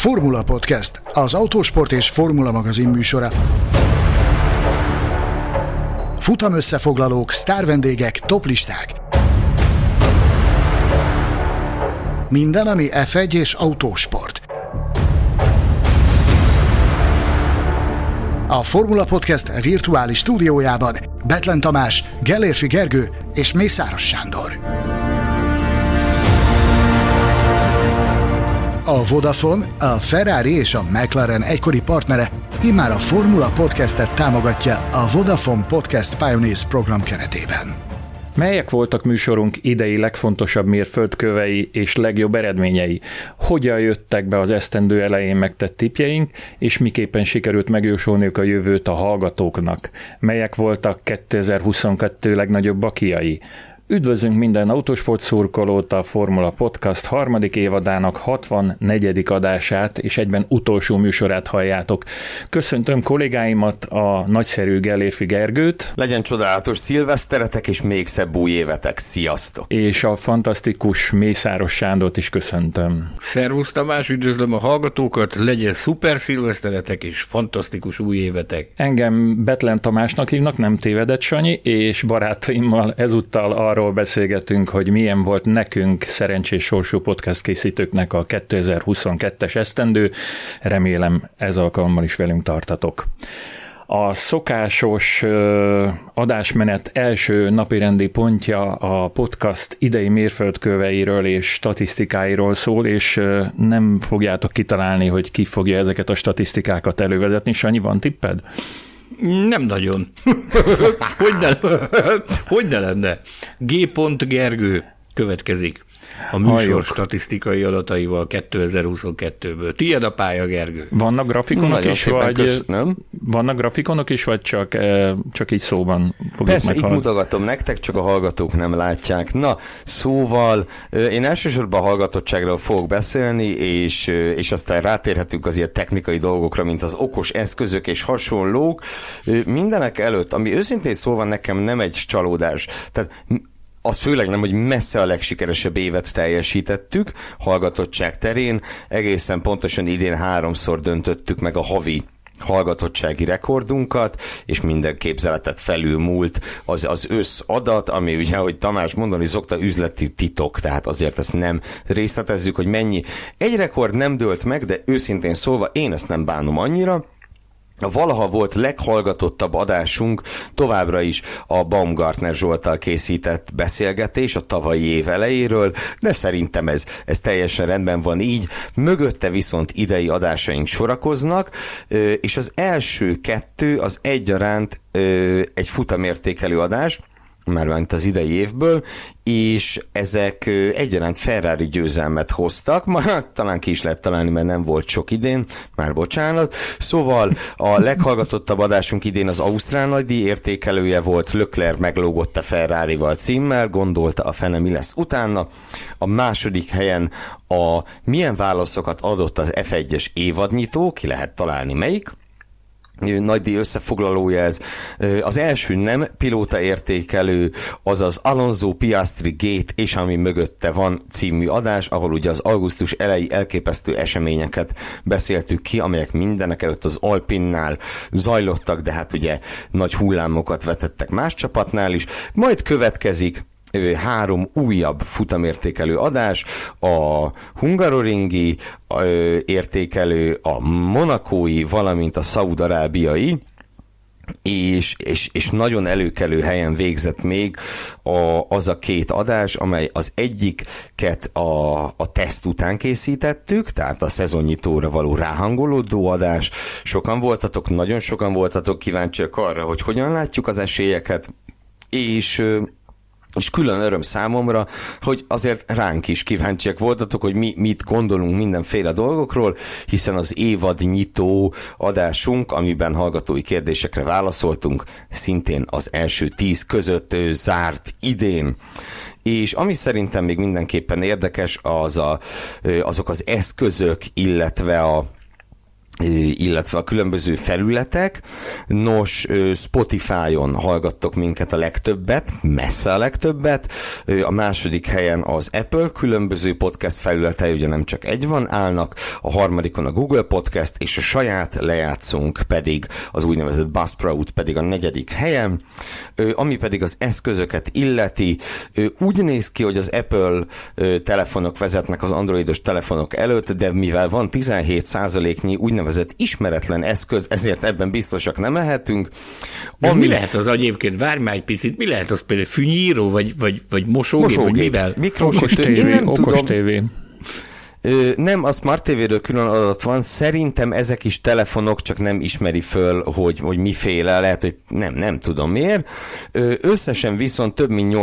Formula Podcast, az autósport és formula magazin műsora. Futamösszefoglalók, sztárvendégek, toplisták. Minden, ami F1 és autósport. A Formula Podcast virtuális stúdiójában Bethlen Tamás, Gellérfi Gergő és Mészáros Sándor. A Vodafone, a Ferrari és a McLaren egykori partnere immár a Formula Podcastet támogatja a Vodafone Podcast Pioneers program keretében. Melyek voltak műsorunk idei legfontosabb mérföldkövei és legjobb eredményei? Hogyan jöttek be az esztendő elején megtett tippjeink, és miképpen sikerült megjósolniuk a jövőt a hallgatóknak? Melyek voltak 2022 legnagyobb bakiai? Üdvözlünk minden autósport szurkolót, a Formula Podcast harmadik évadának 64. adását és egyben utolsó műsorát halljátok. Köszöntöm kollégáimat, a nagyszerű Gellérfi Gergőt. Legyen csodálatos szilveszteretek és még szebb új évetek. Sziasztok! És a fantasztikus Mészáros Sándort is köszöntöm. Szervusz Tamás, üdvözlöm a hallgatókat, legyen szuper szilveszteretek és fantasztikus új évetek. Engem Bethlen Tamásnak hívnak, nem tévedett Sanyi, és barátaimmal ezúttal arról beszélgetünk, hogy milyen volt nekünk, szerencsés sorsú podcast készítőknek a 2022-es esztendő. Remélem ez alkalommal is velünk tartatok. A szokásos adásmenet első napirendi pontja a podcast idei mérföldköveiről és statisztikáiról szól, és nem fogjátok kitalálni, hogy ki fogja ezeket a statisztikákat elővezetni. Sanyi, van tipped? Nem nagyon. Hogy ne lenne? G. Gergő következik a műsor statisztikai adataival 2022-ből. Tied a pálya, Gergő. Vannak grafikonok is, vagy csak így szóban fogjuk Persze, meghallani? itt mutogatom nektek, csak a hallgatók nem látják. Na, szóval én elsősorban a hallgatottságról fogok beszélni, és aztán rátérhetünk az ilyen technikai dolgokra, mint az okos eszközök és hasonlók. Mindenek előtt, ami őszintén szóval nekem nem egy csalódás. Tehát az főleg nem, hogy messze a legsikeresebb évet teljesítettük hallgatottság terén. Egészen pontosan idén 3-szor döntöttük meg a havi hallgatottsági rekordunkat, és minden képzeletet felülmúlt az összadat, ami ugye, ahogy Tamás mondani szokta, üzleti titok, tehát azért ezt nem részletezzük, hogy mennyi. Egy rekord nem dőlt meg, de őszintén szólva én ezt nem bánom annyira. A valaha volt leghallgatottabb adásunk továbbra is a Baumgartner Zsolttal készített beszélgetés a tavalyi év elejéről, de szerintem ez teljesen rendben van így. Mögötte viszont idei adásaink sorakoznak, és az első kettő az egyaránt egy futamértékelő adás, mármint az idei évből, és ezek egyaránt Ferrari győzelmet hoztak, talán ki is lehet találni, mert nem volt sok idén, már bocsánat. Szóval a leghallgatottabb adásunk idén az Ausztrál nagydíj értékelője volt, Leclerc meglógott a Ferrarival címmel, gondolta a fene mi lesz utána. A második helyen a milyen válaszokat adott az F1-es évadnyitó, ki lehet találni melyik. Nagydíj összefoglalója ez. Az első nem pilóta értékelő, azaz Alonso, Piastri, Gate és ami mögötte van című adás, ahol ugye az augusztus elejé elképesztő eseményeket beszéltük ki, amelyek mindenek előtt az Alpinnál zajlottak, de hát ugye nagy hullámokat vetettek más csapatnál is. Majd következik 3 újabb futamértékelő adás, a hungaroringi értékelő, a monakói, valamint a szaúd-arábiai, és nagyon előkelő helyen végzett még az a 2 adás, amely az egyiket a teszt után készítettük, tehát a szezonnyitóra való ráhangolódó adás. Sokan voltatok, nagyon sokan voltatok kíváncsiak arra, hogy hogyan látjuk az esélyeket, és külön öröm számomra, hogy azért ránk is kíváncsiak voltatok, hogy mi mit gondolunk mindenféle dolgokról, hiszen az évadnyitó adásunk, amiben hallgatói kérdésekre válaszoltunk, szintén az első 10 között zárt idén. És ami szerintem még mindenképpen érdekes, azok az eszközök, illetve illetve a különböző felületek. Nos, Spotify-on hallgattok minket a legtöbbet, messze a legtöbbet. A második helyen az Apple különböző podcast felületei, ugye nem csak egy van, állnak. A harmadikon a Google Podcast, és a saját lejátszunk pedig, az úgynevezett Buzzsprout pedig a negyedik helyen. Ami pedig az eszközöket illeti, úgy néz ki, hogy az Apple telefonok vezetnek az androidos telefonok előtt, de mivel van 17%-nyi úgynevezett ismeretlen eszköz, ezért ebben biztosak nem lehetünk. Mi lehet az egyébként? Várj már egy picit, mi lehet az például? Fűnyíró, vagy mosógép, vagy mivel? Okos tévé. Nem, a Smart TV-ről külön adat van, szerintem ezek is telefonok, csak nem ismeri föl, hogy miféle, lehet, hogy nem tudom miért. Összesen viszont több mint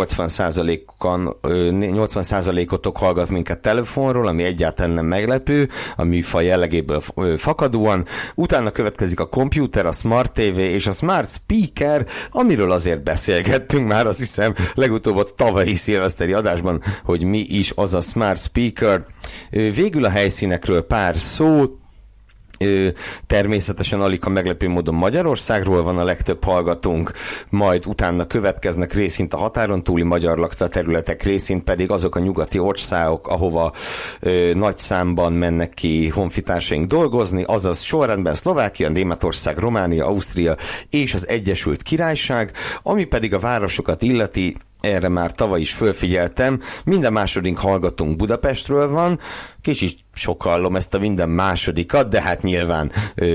80%-otok hallgat minket telefonról, ami egyáltalán nem meglepő, a műfaj jellegéből fakadóan. Utána következik a komputer, a Smart TV és a Smart Speaker, amiről azért beszélgettünk már, azt hiszem legutóbb a tavalyi szilveszteri adásban, hogy mi is az a Smart Speaker. Végül a helyszínekről pár szó. Természetesen Alika meglepő módon Magyarországról van a legtöbb hallgatónk, majd utána következnek részint a határon túli magyar lakta területek, részint pedig azok a nyugati országok, ahova nagy számban mennek ki honfitársaink dolgozni, azaz sorrendben Szlovákia, Németország, Románia, Ausztria és az Egyesült Királyság, ami pedig a városokat illeti, erre már tavaly is fölfigyeltem, minden második hallgatónk Budapestről van, kicsit sokallom ezt a minden másodikat, de hát nyilván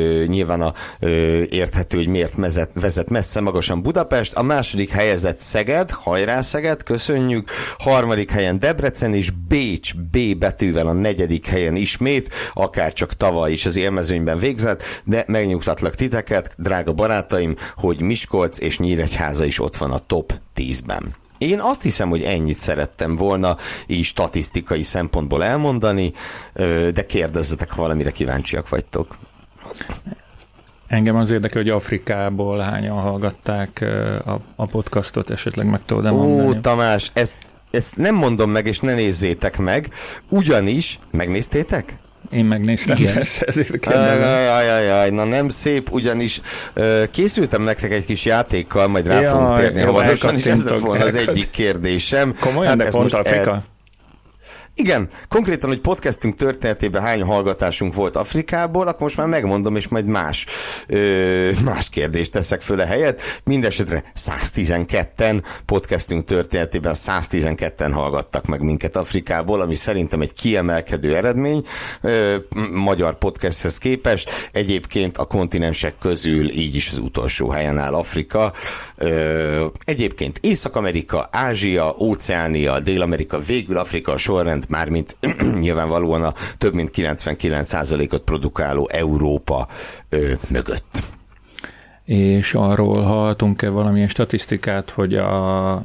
érthető, hogy miért vezet messze magasan Budapest. A második helyezett Szeged, hajrá Szeged, köszönjük. Harmadik helyen Debrecen és Bécs B betűvel a negyedik helyen ismét, akár csak tavaly is az élmezőnyben végzett, de megnyugtatlak titeket, drága barátaim, hogy Miskolc és Nyíregyháza is ott van a top 10-ben. Én azt hiszem, hogy ennyit szerettem volna így statisztikai szempontból elmondani, de kérdezzetek, ha valamire kíváncsiak vagytok. Engem az érdekel, hogy Afrikából hányan hallgatták a podcastot, esetleg meg tudod mondani. Ó, Tamás, ezt nem mondom meg, és ne nézzétek meg, ugyanis, megnéztétek? Én megnéztem, persze, ezért kérdezem. Na nem szép, ugyanis készültem nektek egy kis játékkal, majd rá fogunk térni hamarosan, és ez lett volna az egyik kérdésem. Komolyan, de pont Afrika? Igen, konkrétan, hogy podcastünk történetében hány hallgatásunk volt Afrikából, akkor most már megmondom, és majd más kérdést teszek föl a helyet. Mindenesetre 112-en podcastünk történetében 112-en hallgattak meg minket Afrikából, ami szerintem egy kiemelkedő eredmény magyar podcasthez képest. Egyébként a kontinensek közül így is az utolsó helyen áll Afrika. Egyébként Észak-Amerika, Ázsia, Óceánia, Dél-Amerika, végül Afrika a sorrend, mármint nyilvánvalóan a több mint 99%-ot produkáló Európa mögött. És arról hallhatunk-e valamilyen statisztikát, hogy a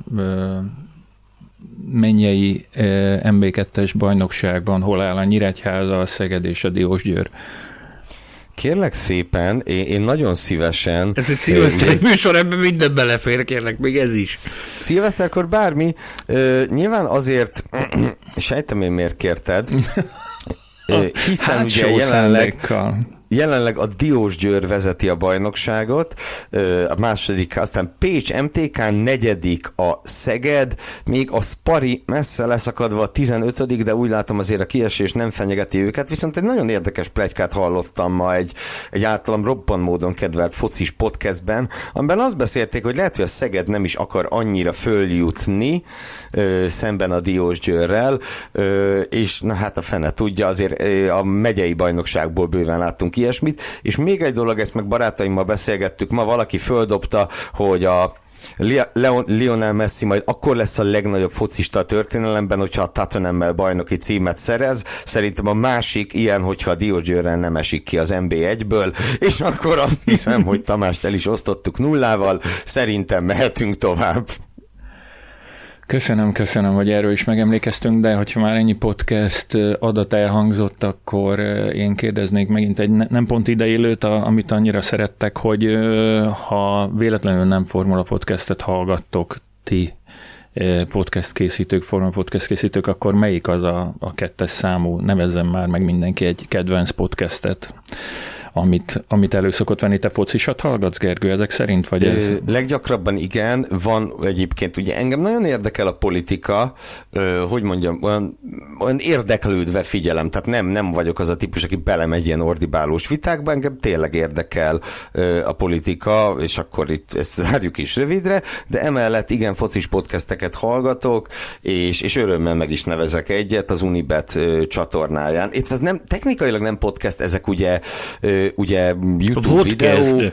mennyei MB2-es bajnokságban hol áll a Nyíregyháza, a Szeged és a Diósgyőr? Kérlek szépen, én nagyon szívesen... Ez egy szilveszteri műsor, ebben minden belefér, kérlek, még ez is. Szilveszterkor bármi. Nyilván azért, sejtem én miért kérted, hiszen ugye jelenleg a Diósgyőr vezeti a bajnokságot, a második, aztán Pécs MTK, negyedik a Szeged, még a Spari messze leszakadva a 15., de úgy látom azért a kiesés nem fenyegeti őket, viszont egy nagyon érdekes pletykát hallottam ma egy általam roppant módon kedvelt focis podcastben, amiben azt beszélték, hogy lehet, hogy a Szeged nem is akar annyira följutni szemben a Diósgyőrrel, és na hát a fene tudja, azért a megyei bajnokságból bőven láttunk ilyesmit, és még egy dolog, ezt meg barátaimmal beszélgettük, ma valaki földobta, hogy a Lionel Messi majd akkor lesz a legnagyobb focista a történelemben, hogyha a Tottenhammel bajnoki címet szerez. Szerintem a másik ilyen, hogyha a Diósgyőrrel nem esik ki az NB1-ből, és akkor azt hiszem, hogy Tamást el is osztottuk 0-val, szerintem mehetünk tovább. Köszönöm, hogy erről is megemlékeztünk, de hogyha már ennyi podcast adat elhangzott, akkor én kérdeznék megint egy nem pont ideillőt, amit annyira szerettek, hogy ha véletlenül nem Formula Podcastet hallgattok ti podcast készítők, Formula Podcast készítők, akkor melyik az a 2. számú, nevezzen már meg mindenki egy kedvenc podcastet, amit elő szokott venni. Te focisat hallgatsz, Gergő, ezek szerint? Vagy ez? Leggyakrabban igen, van egyébként, ugye engem nagyon érdekel a politika, hogy mondjam, olyan érdeklődve figyelem, tehát nem vagyok az a típus, aki belemegy ilyen ordibálós vitákba, engem tényleg érdekel a politika, és akkor itt ezt zárjuk is rövidre, de emellett igen, focis podcasteket hallgatok, és örömmel meg is nevezek egyet az Unibet csatornáján. Itt ez nem, technikailag nem podcast, ezek ugye YouTube videók.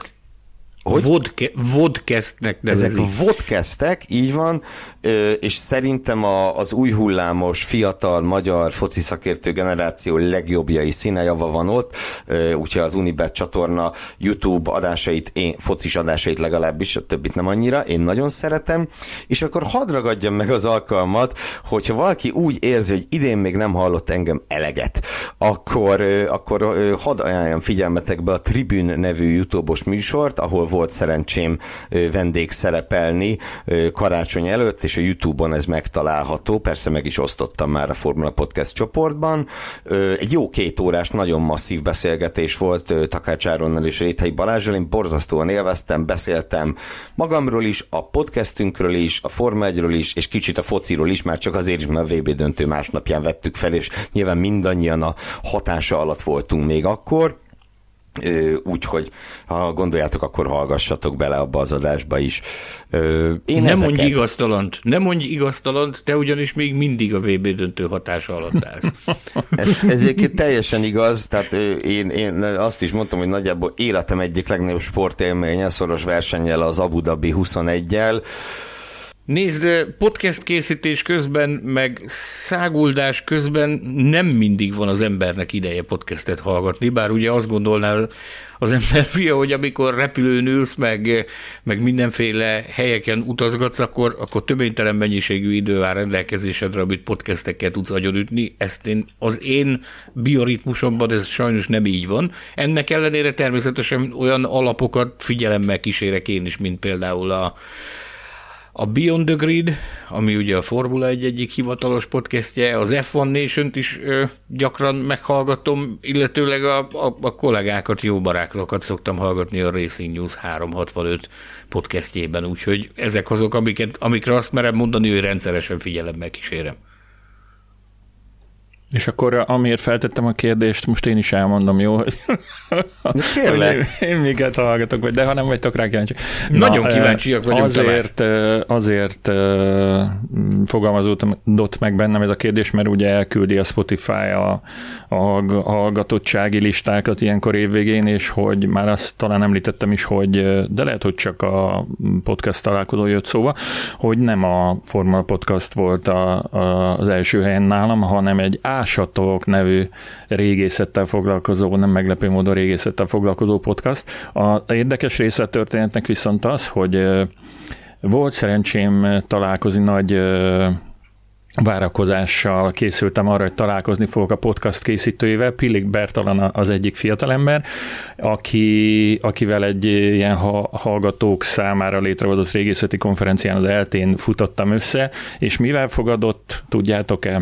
Vodcastnek nevezik. Ezek vodcastek, így van, és szerintem az új hullámos, fiatal magyar foci szakértő generáció legjobbjai színejava van ott, úgyhogy az Unibet csatorna YouTube adásait, focis adásait legalábbis, a többit nem annyira, én nagyon szeretem, és akkor hadd ragadjam meg az alkalmat, hogyha valaki úgy érzi, hogy idén még nem hallott engem eleget, akkor hadd ajánljam figyelmetekbe a Tribune nevű YouTube-os műsort, ahol volt szerencsém vendégszerepelni karácsony előtt, és a YouTube-on ez megtalálható, persze meg is osztottam már a Formula Podcast csoportban. Egy jó 2 órás, nagyon masszív beszélgetés volt Takács Áronnal és Réthely Balázsral, én borzasztóan élveztem, beszéltem magamról is, a podcastünkről is, a Forma 1-ről is, és kicsit a fociról is, már csak azért is, mert a VB döntő másnapján vettük fel, és nyilván mindannyian a hatása alatt voltunk még akkor. Úgyhogy ha gondoljátok, akkor hallgassatok bele abba az adásba is. Nem mondj igaztalant, te ugyanis még mindig a VB döntő hatása alatt állsz. Ez egyébként teljesen igaz, tehát én azt is mondtam, hogy nagyjából életem egyik legnagyobb sportélménye, szoros versennyel az Abu Dhabi 21-jel. Nézd, podcast készítés közben, meg száguldás közben nem mindig van az embernek ideje podcastet hallgatni, bár ugye azt gondolná az ember fia, hogy amikor repülőn ülsz, meg mindenféle helyeken utazgatsz, akkor töménytelen mennyiségű idő áll rendelkezésedre, amit podcastekkel tudsz agyonütni. Ezt az én bioritmusomban ez sajnos nem így van. Ennek ellenére természetesen olyan alapokat figyelemmel kísérek én is, mint például a Beyond the Grid, ami ugye a Formula 1 egyik hivatalos podcastje, az F1 Nation-t is gyakran meghallgatom, illetőleg a kollégákat, jó barátokat szoktam hallgatni a Racing News 365 podcastjében, úgyhogy ezek azok, amikre azt merem mondani, hogy rendszeresen figyelemmel kísérem. És akkor amiért feltettem a kérdést, most én is elmondom, jó? Kérlek. Én miket hallgatok, de ha nem vagytok rá kíváncsi. Nagyon kíváncsiak vagyunk. Azért fogalmazódott meg bennem ez a kérdés, mert ugye elküldi a Spotify a hallgatottsági listákat ilyenkor évvégén, és hogy már azt talán említettem is, hogy de lehet, hogy csak a podcast találkozó jött szóba, hogy nem a Formula Podcast volt az első helyen nálam, hanem egy Ásatok nevű régészettel foglalkozó, nem meglepő módon régészettel foglalkozó podcast. A érdekes része a történetnek viszont az, hogy volt szerencsém találkozni nagy várakozással készültem arra, hogy találkozni fogok a podcast készítőjével. Pillik Bertalan az egyik fiatalember, akivel egy ilyen hallgatók számára létrehozott régészeti konferencián az ELTE-n futottam össze, és mivel fogadott, tudjátok-e?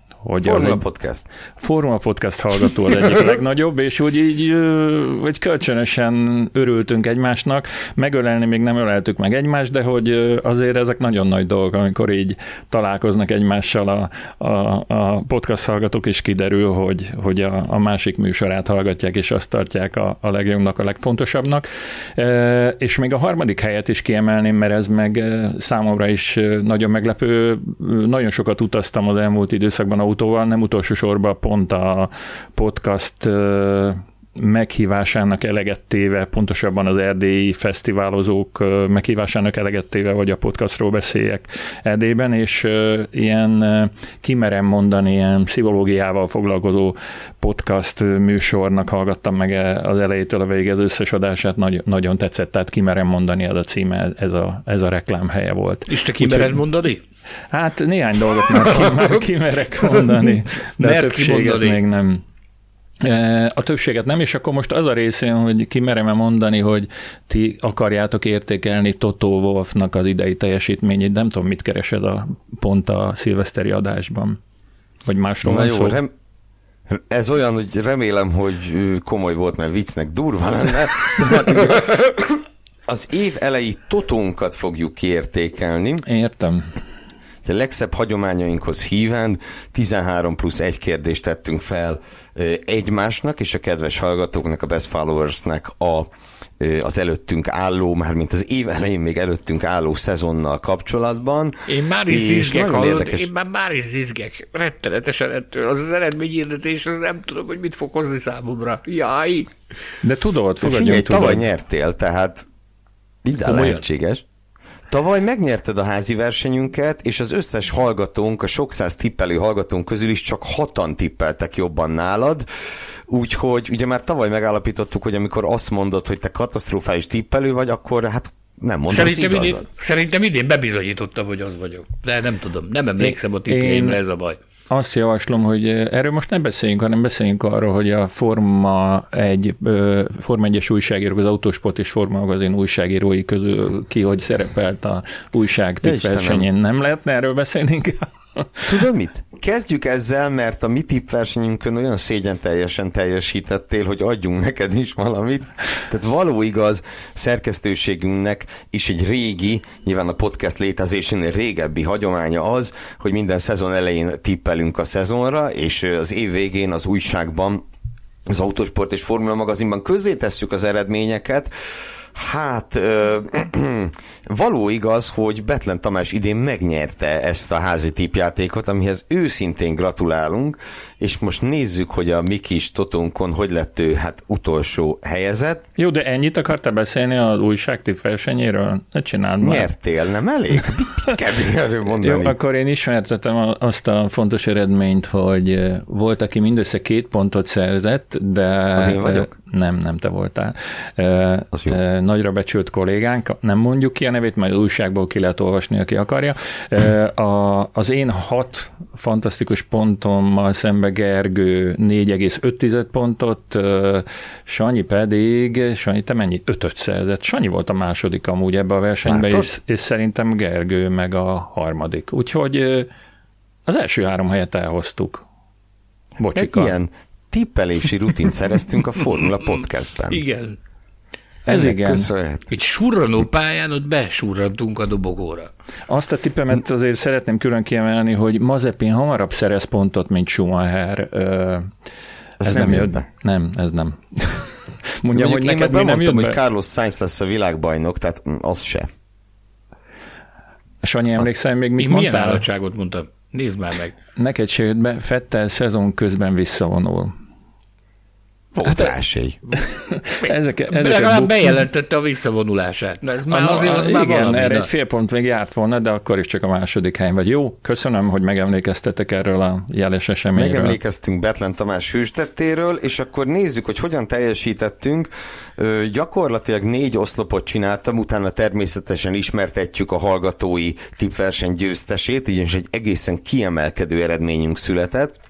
Formula Podcast hallgató az egyik legnagyobb, és úgy így hogy kölcsönösen örültünk egymásnak, megölelni még nem öleltük meg egymást, de hogy azért ezek nagyon nagy dolgok, amikor így találkoznak egymással a podcast hallgatók, és kiderül, hogy a másik műsorát hallgatják, és azt tartják a legjobbnak, a legfontosabbnak. És még a harmadik helyet is kiemelném, mert ez meg számomra is nagyon meglepő. Nagyon sokat utaztam az elmúlt időszakban autóval, nem utolsó sorban pont a podcast meghívásának eleget téve, pontosabban az erdélyi fesztiválozók meghívásának eleget téve, vagy a podcastról beszéljek Erdélyben, és ilyen kimerem mondani, ilyen pszichológiával foglalkozó podcast műsornak hallgattam meg az elejétől a végig az összes adását, nagyon tetszett, tehát kimerem mondani az a címe, ez a reklámhelye volt. És te kimered mondani? Hát néhány dolgot már kimerek mondani, de a többséget még nem. A többséget nem, és akkor most az a részén, hogy kimerem-e mondani, hogy ti akarjátok értékelni Toto Wolffnak az idei teljesítményét, nem tudom, mit keresed pont a szilveszteri adásban. Vagy másról van szó? Ez olyan, hogy remélem, hogy komoly volt, mert viccnek durva lenne. Az év elejé totónkat fogjuk kiértékelni. Értem. A legszebb hagyományainkhoz híven 13 plusz 1 kérdést tettünk fel egymásnak és a kedves hallgatóknak, a Best Followersnek az előttünk álló, mármint az év elején még előttünk álló szezonnal kapcsolatban. Én már is zizgek, hallod? Én már is zizgek. Rettenetesen ettől. Az eredményhirdetés, az nem tudom, hogy mit fog hozni számomra. Jaj! De tudod, fogadjunk, tavaly nyertél, tehát minden lehetséges. Tavaly megnyerted a házi versenyünket, és az összes hallgatónk, a sok száz tippelő hallgatónk közül is csak 6-an tippeltek jobban nálad, úgyhogy ugye már tavaly megállapítottuk, hogy amikor azt mondod, hogy te katasztrofális tippelő vagy, akkor hát nem mondasz igazat. Szerintem idén bebizonyítottam, hogy az vagyok, de nem tudom, nem emlékszem a tippjeimre, ez a baj. Azt javaslom, hogy erről most ne beszéljünk, hanem beszéljünk arról, hogy a Forma 1-es újságírók, az Autosport és Forma magazin újságírói közül ki, hogy szerepelt a újság tippversenyén. Nem lehetne erről beszélni inkább? Tudod mit? Kezdjük ezzel, mert a mi tippversenyünkön olyan szégyenteljesen teljesítettél, hogy adjunk neked is valamit. Tehát való igaz, szerkesztőségünknek is egy régi, nyilván a podcast létezésénél régebbi hagyománya az, hogy minden szezon elején tippelünk a szezonra, és az év végén az újságban, az Autosport és Formula magazinban közzétesszük az eredményeket. Hát való igaz, hogy Bethlen Tamás idén megnyerte ezt a házi tippjátékot, amihez őszintén gratulálunk, és most nézzük, hogy a mi kis totónkon hogy lett ő utolsó helyezett. Jó, de ennyit akartál beszélni az újság tippversenyéről? Ne csináld már. Nyertél, nem elég? Mit kell erről mondani? Jó, akkor én ismertetem azt a fontos eredményt, hogy volt, aki mindössze 2 pontot szerzett, de... Az én vagyok? Nem te voltál. Nagyra becsült kollégánk, nem mondjuk ki a nevét, majd újságból ki lehet olvasni, aki akarja. Az én 6 fantasztikus pontommal szembe Gergő 4,5 pontot, Sanyi pedig, Sanyi, te mennyi? 5-öt szerzett. Sanyi volt a második amúgy ebbe a versenyben, és szerintem Gergő meg a harmadik. Úgyhogy az első 3 helyet elhoztuk. Bocsika. Ilyen tippelési rutint szereztünk a Formula Podcastben. Igen. Ez igen. Egy surranó pályán ott besurrantunk a dobogóra. Azt a tippemet azért szeretném külön kiemelni, hogy Mazepin hamarabb szerez pontot, mint Schumacher. Ez nem jött be. Nem, ez nem. Mondjam, hogy neked mi nem jött be? Hogy Carlos Sainz lesz a világbajnok, tehát az se. Sanyi, emlékszel még mit mondtál? Milyen állatságot mondtam? Nézd már meg. Neked se jött be, Vettel szezon közben visszavonul. Volt rá esély. Legalább bejelentette a visszavonulását. Na ez már azért az már igen, valami. Erre egy fél pont még járt volna, de akkor is csak a második helyen vagy. Jó, köszönöm, hogy megemlékeztetek erről a jeles eseményről. Megemlékeztünk Bethlen Tamás hőstettéről, és akkor nézzük, hogy hogyan teljesítettünk. Gyakorlatilag 4 oszlopot csináltam, utána természetesen ismertetjük a hallgatói tippverseny győztesét, így is egy egészen kiemelkedő eredményünk született.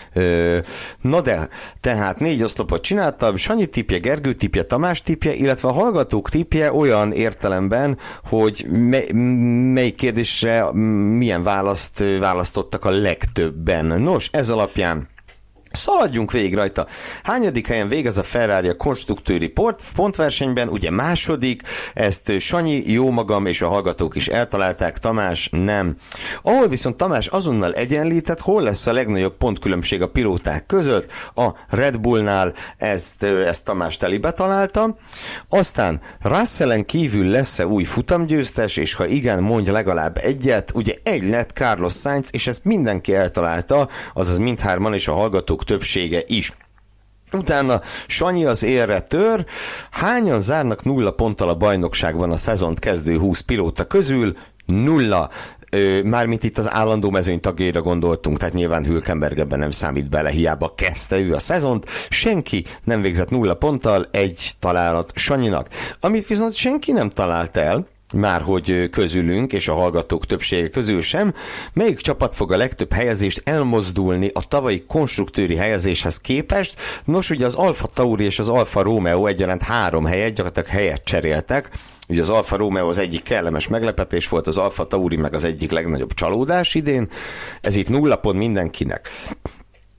Na de, tehát 4 oszlopot csináltam, Sanyi tippje, Gergő tippje, Tamás tippje, illetve a hallgatók tippje olyan értelemben, hogy melyik kérdésre milyen választ választottak a legtöbben. Nos, ez alapján szaladjunk végig rajta. Hányadik helyen végez a Ferrari a konstruktőri pontversenyben? Ugye második, ezt Sanyi, jó magam és a hallgatók is eltalálták, Tamás nem. Ahol viszont Tamás azonnal egyenlített, hol lesz a legnagyobb pontkülönbség a pilóták között? A Red Bullnál ezt Tamás telibe találta. Aztán Russellen kívül lesz-e új futamgyőztes, és ha igen, mondja legalább egyet. Ugye egy lett Carlos Sainz, és ezt mindenki eltalálta, azaz mindhárman és a hallgatók többsége is. Utána Sanyi az élre tör. Hányan zárnak 0 ponttal a bajnokságban a szezont kezdő 20 pilóta közül? 0. Mármint itt az állandó mezőny tagjaira gondoltunk, tehát nyilván Hülkenberg ebben nem számít bele, hiába kezdte ő a szezont. Senki nem végzett 0 ponttal, 1 találat Sanyinak. Amit viszont senki nem talált el, márhogy közülünk, és a hallgatók többsége közül sem, melyik csapat fog a legtöbb helyezést elmozdulni a tavalyi konstruktőri helyezéshez képest? Nos, ugye az Alfa Tauri és az Alfa Romeo egyaránt 3 helyet, gyakorlatilag helyet cseréltek. Ugye az Alfa Romeo az egyik kellemes meglepetés volt, az Alfa Tauri meg az egyik legnagyobb csalódás idén. Ez itt 0 pont mindenkinek.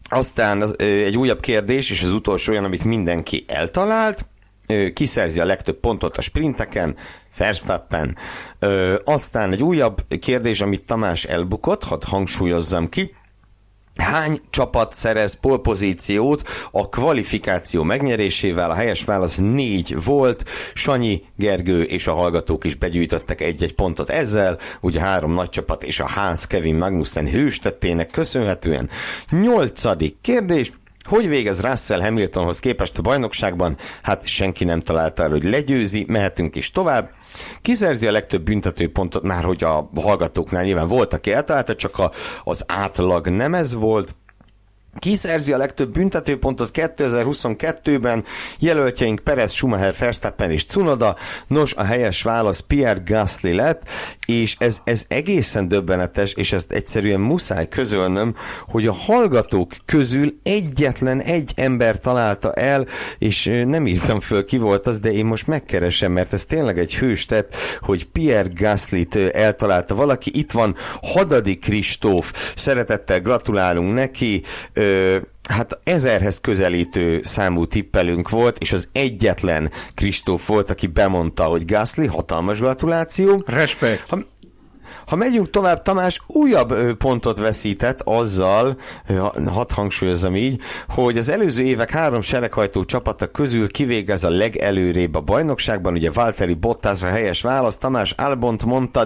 Aztán egy újabb kérdés, és az utolsó olyan, amit mindenki eltalált. Ki szerzi a legtöbb pontot a sprinteken? Verstappen. Aztán egy újabb kérdés, amit Tamás elbukott, hadd hangsúlyozzam ki. Hány csapat szerez polpozíciót a kvalifikáció megnyerésével? A helyes válasz 4 volt. Sanyi, Gergő és a hallgatók is begyűjtöttek egy-egy pontot ezzel. Ugye 3 nagy csapat és a Hans Kevin Magnussen hőstettének köszönhetően. 8. kérdés. Hogy végez Russell Hamiltonhoz képest a bajnokságban? Hát senki nem találta el, hogy legyőzi, mehetünk is tovább. Kiszerzi a legtöbb büntetőpontot, már hogy a hallgatóknál nyilván volt, aki eltalálta, csak az átlag nem ez volt. Kiszerzi a legtöbb büntetőpontot 2022-ben? Jelöltjeink Perez, Schumacher, Verstappen és Tsunoda. Nos, a helyes válasz Pierre Gasly lett, és ez egészen döbbenetes, és ezt egyszerűen muszáj közölnöm, hogy a hallgatók közül egyetlen egy ember találta el, és nem írtam föl, ki volt az, de én most megkeresem, mert ez tényleg egy hőstett, hogy Pierre Gaslyt eltalálta valaki. Itt van Hadadi Kristóf, szeretettel gratulálunk neki, hát 1000-hez közelítő számú tippelünk volt, és az egyetlen Kristóf volt, aki bemondta, hogy Gasly, hatalmas gratuláció. Respekt. Ha megyünk tovább, Tamás újabb pontot veszített azzal, hadd hangsúlyozzam így, hogy az előző évek 3 sereghajtó csapata közül kivégez a legelőrébb a bajnokságban, ugye Valtteri Bottas a helyes válasz, Tamás Albont mondta,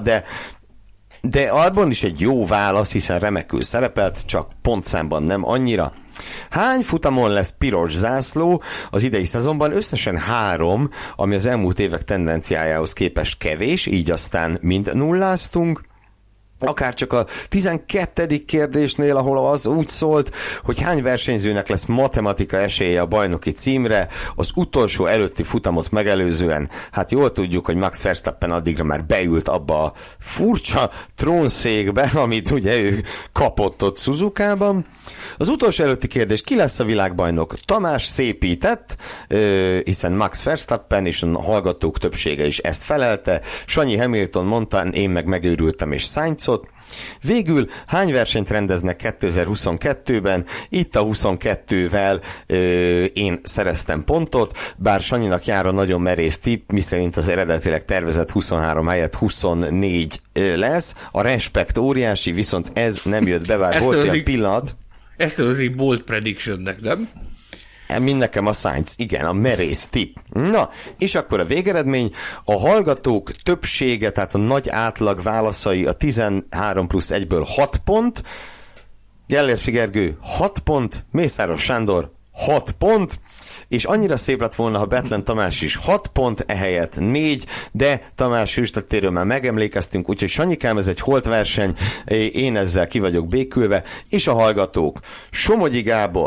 de Albon is egy jó válasz, hiszen remekül szerepelt, csak pontszámban nem annyira. Hány futamon lesz piros zászló az idei szezonban? Összesen 3, ami az elmúlt évek tendenciájához képest kevés, így aztán mind nulláztunk. Akár csak a 12. kérdésnél, ahol az úgy szólt, hogy hány versenyzőnek lesz matematika esélye a bajnoki címre az utolsó előtti futamot megelőzően. Hát jól tudjuk, hogy Max Verstappen addigra már beült abba a furcsa trónszékbe, amit ugye ő kapott ott Suzukában. Az utolsó előtti kérdés, ki lesz a világbajnok? Tamás szépített, hiszen Max Verstappen és a hallgatók többsége is ezt felelte. Sanyi Hamilton mondta, én meg megőrültem és Sainzot. Végül hány versenyt rendeznek 2022-ben? Itt a 22-vel én szereztem pontot, bár Sanyinak jár a nagyon merész tipp, miszerint az eredetileg tervezett 23 helyett 24 lesz. A respekt óriási, viszont ez nem jött be, bár volt egy pillanat. Ezt nevezik bold predictionnek, nem? Mind nekem a Sainz, igen, a merész tipp. Na, és akkor a végeredmény, a hallgatók többsége, tehát a nagy átlag válaszai a 13+1-ből 6 pont, Gellérfi Gergő 6 pont, Mészáros Sándor 6 pont, és annyira szép lett volna, ha Betlen Tamás is 6 pont, ehelyett 4, de Tamás hőstettéről már megemlékeztünk, úgyhogy Sanyikám, ez egy holtverseny, én ezzel ki vagyok békülve, és a hallgatók, Somogyi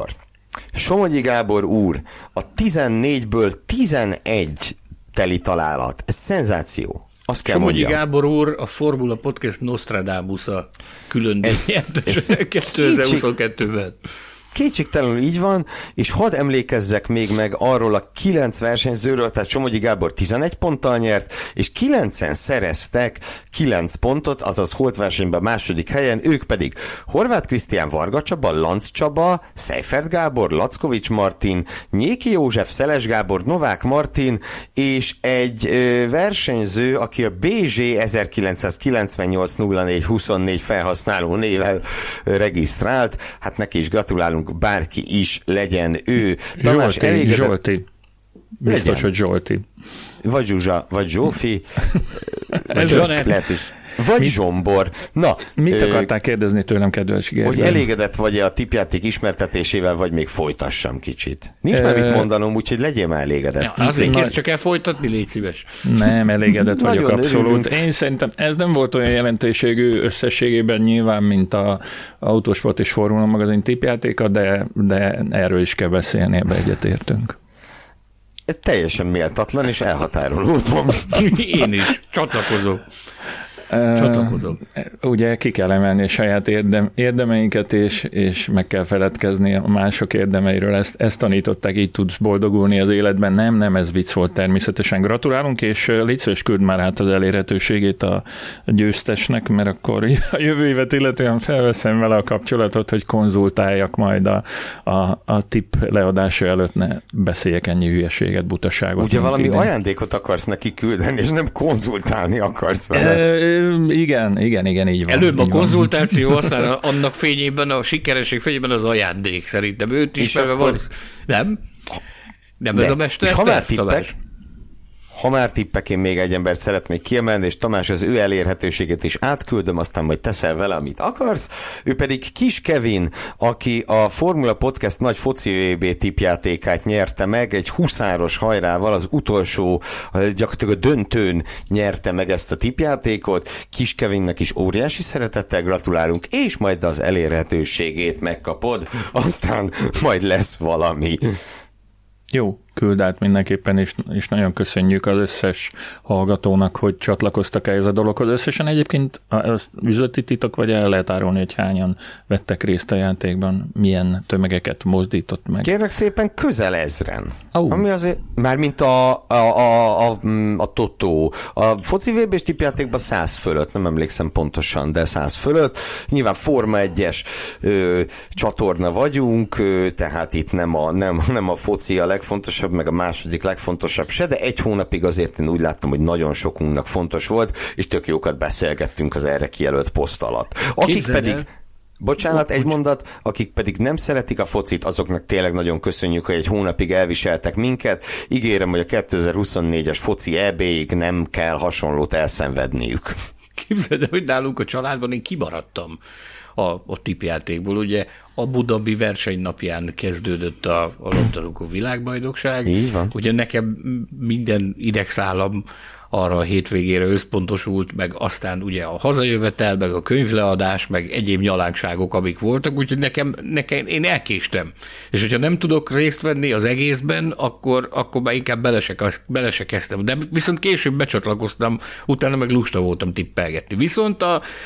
Gábor úr, a 14-ből 11 teli találat. Ez szenzáció. Azt kell Somogyi mondjam. Gábor úr a Formula Podcast Nostradamus-a külön díjnyertes 2022-ben. Kétségtelenül így van, és hadd emlékezzek még meg arról a 9 versenyzőről, tehát Somogyi Gábor 11 ponttal nyert, és 9-en szereztek 9 pontot, azaz holtversenyben második helyen, ők pedig Horváth Krisztián, Varga Csaba, Lanc Csaba, Seifert Gábor, Lackovics Martin, Nyéki József, Szeles Gábor, Novák Martin, és egy versenyző, aki a BZ 1998-04-24 felhasználó névvel regisztrált, hát neki is gratulálunk, bárki is legyen ő. Tamás, Zsolti. Biztos, legyen. Hogy Zsolti. Vagy Zsuzsa, vagy Zsófi. Lehet is. Vagy Zsombor. Na, mit akartál kérdezni tőlem, kedves Gergő? Hogy elégedett vagy-e a tippjáték ismertetésével, vagy még folytassam kicsit? Nincs már mit mondanom, úgyhogy legyél már elégedett. Ja, azért kezd csak el folytatni, légy szíves. Nem, elégedett vagyok abszolút. Én szerintem ez nem volt olyan jelentőségű összességében nyilván, mint a Autosport és Formula magazin tippjátéka, de erről is kell beszélni, ebbe egyetértünk. Teljesen méltatlan, és elhatárolódom. Én is, csatlakozok. Csatlakozom. Ugye ki kell emelni a saját érdemeinket, és meg kell feledkezni a mások érdemeiről. Ezt tanították, így tudsz boldogulni az életben. Nem, ez vicc volt természetesen. Gratulálunk, és légy szíves, küld már át az elérhetőségét a győztesnek, mert akkor a jövő évet illetően felveszem vele a kapcsolatot, hogy konzultáljak majd a tipp leadása előtt, ne beszéljek ennyi hülyeséget, butaságot. Ugye valami ajándékot akarsz neki küldeni, és nem konzultálni akarsz vele. Igen, így van. Előbb a konzultáció, aztán annak fényében, a sikeresség fényében az ajándék szerintem. Őt is akkor... Nem? Nem ez a mester? Ha már tippek, én még egy embert szeretnék kiemelni, és Tamás, az ő elérhetőségét is átküldöm, aztán majd teszel vele, amit akarsz. Ő pedig Kis Kevin, aki a Formula Podcast nagy foci VB tippjátékát nyerte meg, egy huszáros hajrával az utolsó, gyakorlatilag a döntőn nyerte meg ezt a tippjátékot. Kis Kevinnek is óriási szeretettel gratulálunk, és majd az elérhetőségét megkapod, aztán majd lesz valami. Jó, küld át mindenképpen, és nagyon köszönjük az összes hallgatónak, hogy csatlakoztak ehhez a dologhoz. Összesen egyébként az üzleti titok, vagy el lehet árulni, hogy hányan vettek részt a játékban, milyen tömegeket mozdított meg? Kérlek szépen közel 1000-en. Ami azért, mármint a Totó. A foci VB-s tippjátékban 100 fölött, nem emlékszem pontosan, de 100 fölött. Nyilván Forma 1-es csatorna vagyunk, tehát itt nem a foci a legfontosabb, meg a második legfontosabb se, de egy hónapig azért én úgy láttam, hogy nagyon sokunknak fontos volt, és tök jókat beszélgettünk az erre kijelölt poszt alatt. Akik pedig, bocsánat, egy mondat, akik pedig nem szeretik a focit, azoknak tényleg nagyon köszönjük, hogy egy hónapig elviseltek minket. Ígérem, hogy a 2024-es foci EB-ig nem kell hasonlót elszenvedniük. Képzeld, hogy nálunk a családban én kimaradtam a tippjátékból. Ugye a Abu Dhabi versenynapján kezdődött a labdarúgó világbajnokság. Így van. Ugye nekem minden idegszálam arra a hétvégére összpontosult, meg aztán ugye a hazajövetel, meg a könyvleadás, meg egyéb nyalánkságok, amik voltak, úgyhogy nekem én elkéstem. És hogyha nem tudok részt venni az egészben, akkor már inkább bele se kezdtem. De viszont később becsatlakoztam, utána meg lusta voltam tippelgetni. Viszont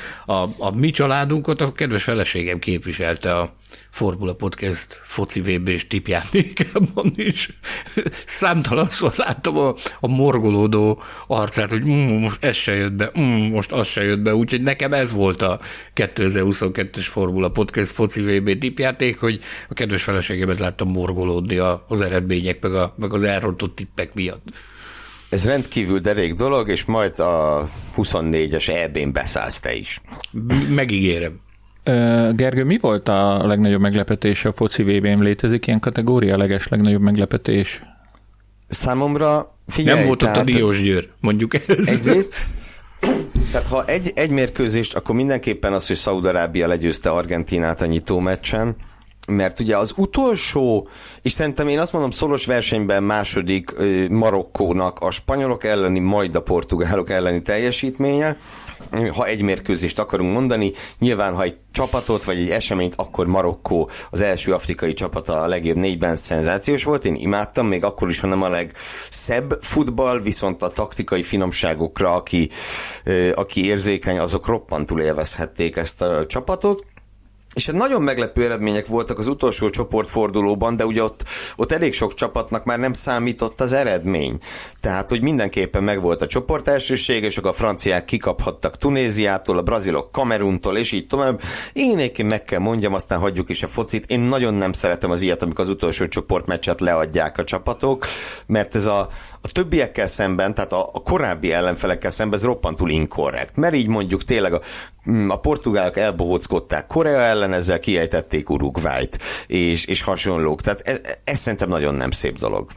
a mi családunkat a kedves feleségem képviselte a Formula Podcast foci VB-s tippjátékában is. Számtalanszor láttam a morgolódó arcát, hogy most ez se jött be, most az se jött be, úgyhogy nekem ez volt a 2022-es Formula Podcast foci VB tippjáték, hogy a kedves feleségemet láttam morgolódni az eredmények, meg az elrontott tippek miatt. Ez rendkívül derék dolog, és majd a 24-es EB-n beszállsz te is. Megígérem. Gergő, mi volt a legnagyobb meglepetés a foci VB-n? Létezik ilyen kategória, a legnagyobb meglepetés? Számomra, figyelj, nem volt ott a Diósgyőr, mondjuk ez. Egyrészt, tehát ha egy mérkőzést, akkor mindenképpen az, hogy Szaúd-Arábia legyőzte Argentínát a nyitó meccsen, mert ugye az utolsó, és szerintem én azt mondom, szoros versenyben második Marokkónak a spanyolok elleni, majd a portugálok elleni teljesítménye, ha egy mérkőzést akarunk mondani, nyilván ha egy csapatot, vagy egy eseményt, akkor Marokkó az első afrikai csapata a legjobb 4-ben szenzációs volt, én imádtam, még akkor is, ha nem a legszebb futball, viszont a taktikai finomságokra, aki érzékeny, azok roppantul élvezhették ezt a csapatot. És hát nagyon meglepő eredmények voltak az utolsó csoportfordulóban, de ugye ott elég sok csapatnak már nem számított az eredmény. Tehát, hogy mindenképpen megvolt a csoport elsőség, és akkor a franciák kikaphattak Tunéziától, a brazilok Kameruntól, és így tovább. Én egyébként meg kell mondjam, aztán hagyjuk is a focit. Én nagyon nem szeretem az ilyet, amikor az utolsó csoportmeccset leadják a csapatok, mert ez a többiekkel szemben, tehát a korábbi ellenfelekkel szemben ez roppantul inkorrekt. Mert így mondjuk tényleg a portugálok elbohóckodták Korea ellen, ezzel kiejtették Uruguayt, és hasonlók. Tehát ez szerintem nagyon nem szép dolog.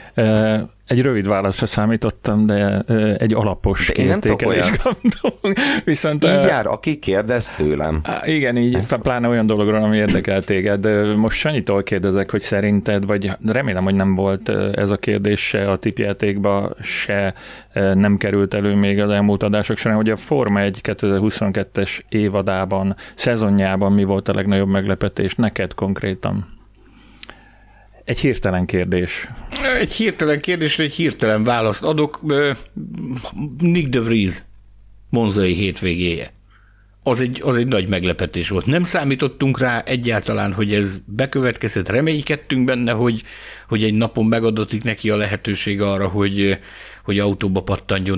Egy rövid válaszra számítottam, de egy alapos értékelést kaptam. Viszont, így jár, aki kérdez tőlem. Igen, így pláne olyan dologról, ami érdekel téged. Most Sanyitól kérdezek, hogy szerinted, vagy remélem, hogy nem volt ez a kérdés se a tippjátékba, se nem került elő még az elmúlt adások során, hogy a Forma 1 2022-es évadában, szezonjában mi volt a legnagyobb meglepetés neked konkrétan? Egy hirtelen kérdés. Egy hirtelen kérdésre egy hirtelen választ adok. Nick de Vries. monzai hétvégéje. Az egy nagy meglepetés volt. Nem számítottunk rá egyáltalán, hogy ez bekövetkezett. Reménykedtünk benne, hogy egy napon megadatik neki a lehetőség arra, hogy autóba pattanjon,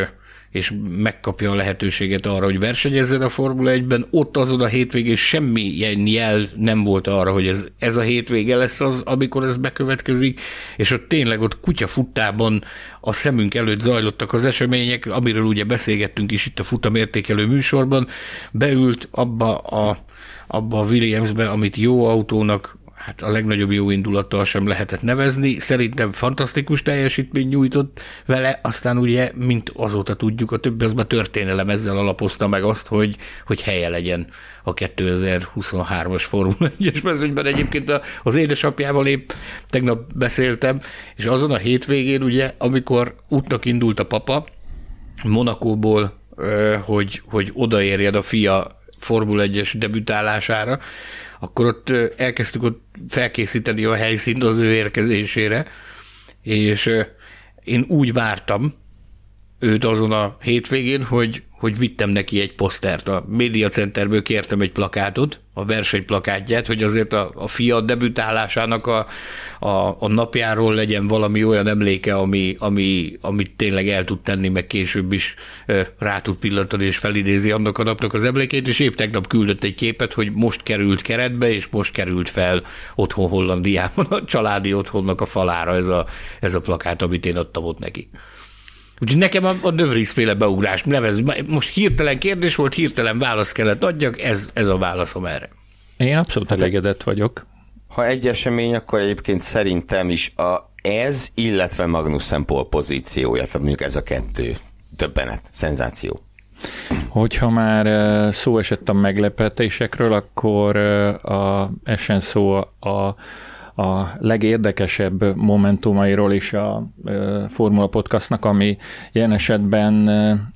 és megkapja a lehetőséget arra, hogy versenyezzen a Formula 1-ben. Ott azon a hétvégén semmi jel nem volt arra, hogy ez a hétvége lesz az, amikor ez bekövetkezik, és ott tényleg ott kutyafuttában a szemünk előtt zajlottak az események, amiről ugye beszélgettünk is itt a futamértékelő műsorban. Beült abba a Williamsbe, amit jó autónak, hát a legnagyobb jó indulattal sem lehetett nevezni. Szerintem fantasztikus teljesítmény nyújtott vele, aztán ugye, mint azóta tudjuk, a többi az már történelem ezzel alapozta meg azt, hogy helye legyen a 2023-as Formula 1-es mezőnyben. Egyébként az édesapjával épp tegnap beszéltem, és azon a hétvégén ugye, amikor útnak indult a papa Monacóból, hogy odaérjen a fia Formula 1-es debütálására, akkor ott elkezdtük ott felkészíteni a helyszínt az ő érkezésére, és én úgy vártam őt azon a hétvégén, hogy vittem neki egy posztert. A Media Centerből kértem egy plakátot, a versenyplakátját, hogy azért a fia debütálásának a napjáról legyen valami olyan emléke, amit tényleg el tud tenni, meg később is rá tud pillantani, és felidézi annak a napnak az emlékeit, és épp tegnap küldött egy képet, hogy most került keretbe, és most került fel otthon Hollandiában, a családi otthonnak a falára ez a plakát, amit én adtam ott neki. Úgyhogy nekem a De Vries féle beugrás, most hirtelen kérdés volt, hirtelen választ kellett adjak, ez a válaszom erre. Én abszolút elégedett vagyok. Ha egy esemény, akkor egyébként szerintem is ez, illetve Magnussen pole pozíciója, tehát mondjuk ez a kettő döbbenet, szenzáció. Hogyha már szó esett a meglepetésekről, akkor essen szó a legérdekesebb momentumairól is a Formula Podcastnak, ami jelen esetben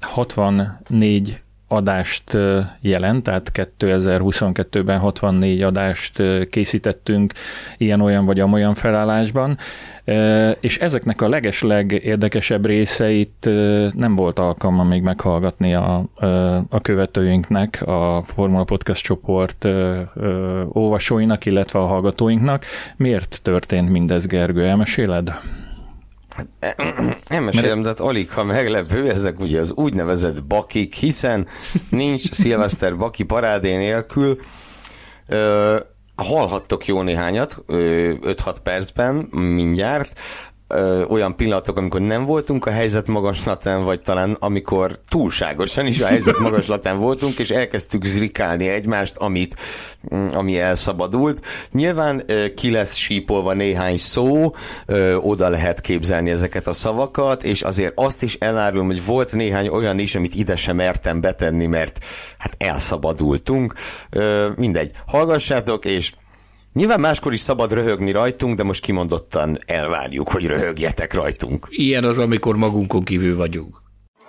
64 adást jelent, tehát 2022-ben 64 adást készítettünk ilyen-olyan vagy amolyan felállásban, és ezeknek a legérdekesebb részeit nem volt alkalma még meghallgatni a követőinknek, a Formula Podcast csoport olvasóinak, illetve a hallgatóinknak. Miért történt mindez, Gergő? Elmeséled? Elmesélem, de hát alig, ha meglepő, ezek ugye az úgynevezett bakik, hiszen nincs Szilveszter baki parádé nélkül. Hallhattok jó néhányat, 5-6 percben mindjárt, olyan pillanatok, amikor nem voltunk a helyzet magaslatán, vagy talán amikor túlságosan is a helyzet magaslatán voltunk, és elkezdtük zrikálni egymást, ami elszabadult. Nyilván ki lesz sípolva néhány szó, oda lehet képzelni ezeket a szavakat, és azért azt is elárulom, hogy volt néhány olyan is, amit ide sem mertem betenni, mert hát elszabadultunk. Mindegy, hallgassátok, és nyilván máskor is szabad röhögni rajtunk, de most kimondottan elvárjuk, hogy röhögjetek rajtunk. Ilyen az, amikor magunkon kívül vagyunk.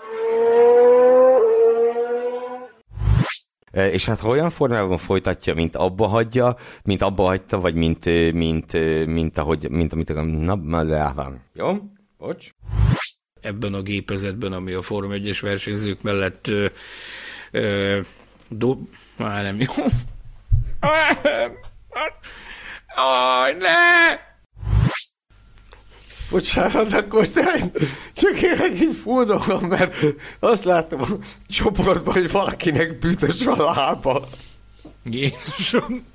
És hát ha olyan formában folytatja, mint abba hagyta, vagy mint amit van. Jó? Bocs? Ebben a gépezetben, ami a Forma 1-es versenyzők mellett nem jó. Ne! Bocsánat, akkor csak én egy kis fúdogom, mert azt láttam a csoportban, hogy valakinek büdös a lába. Jézusom!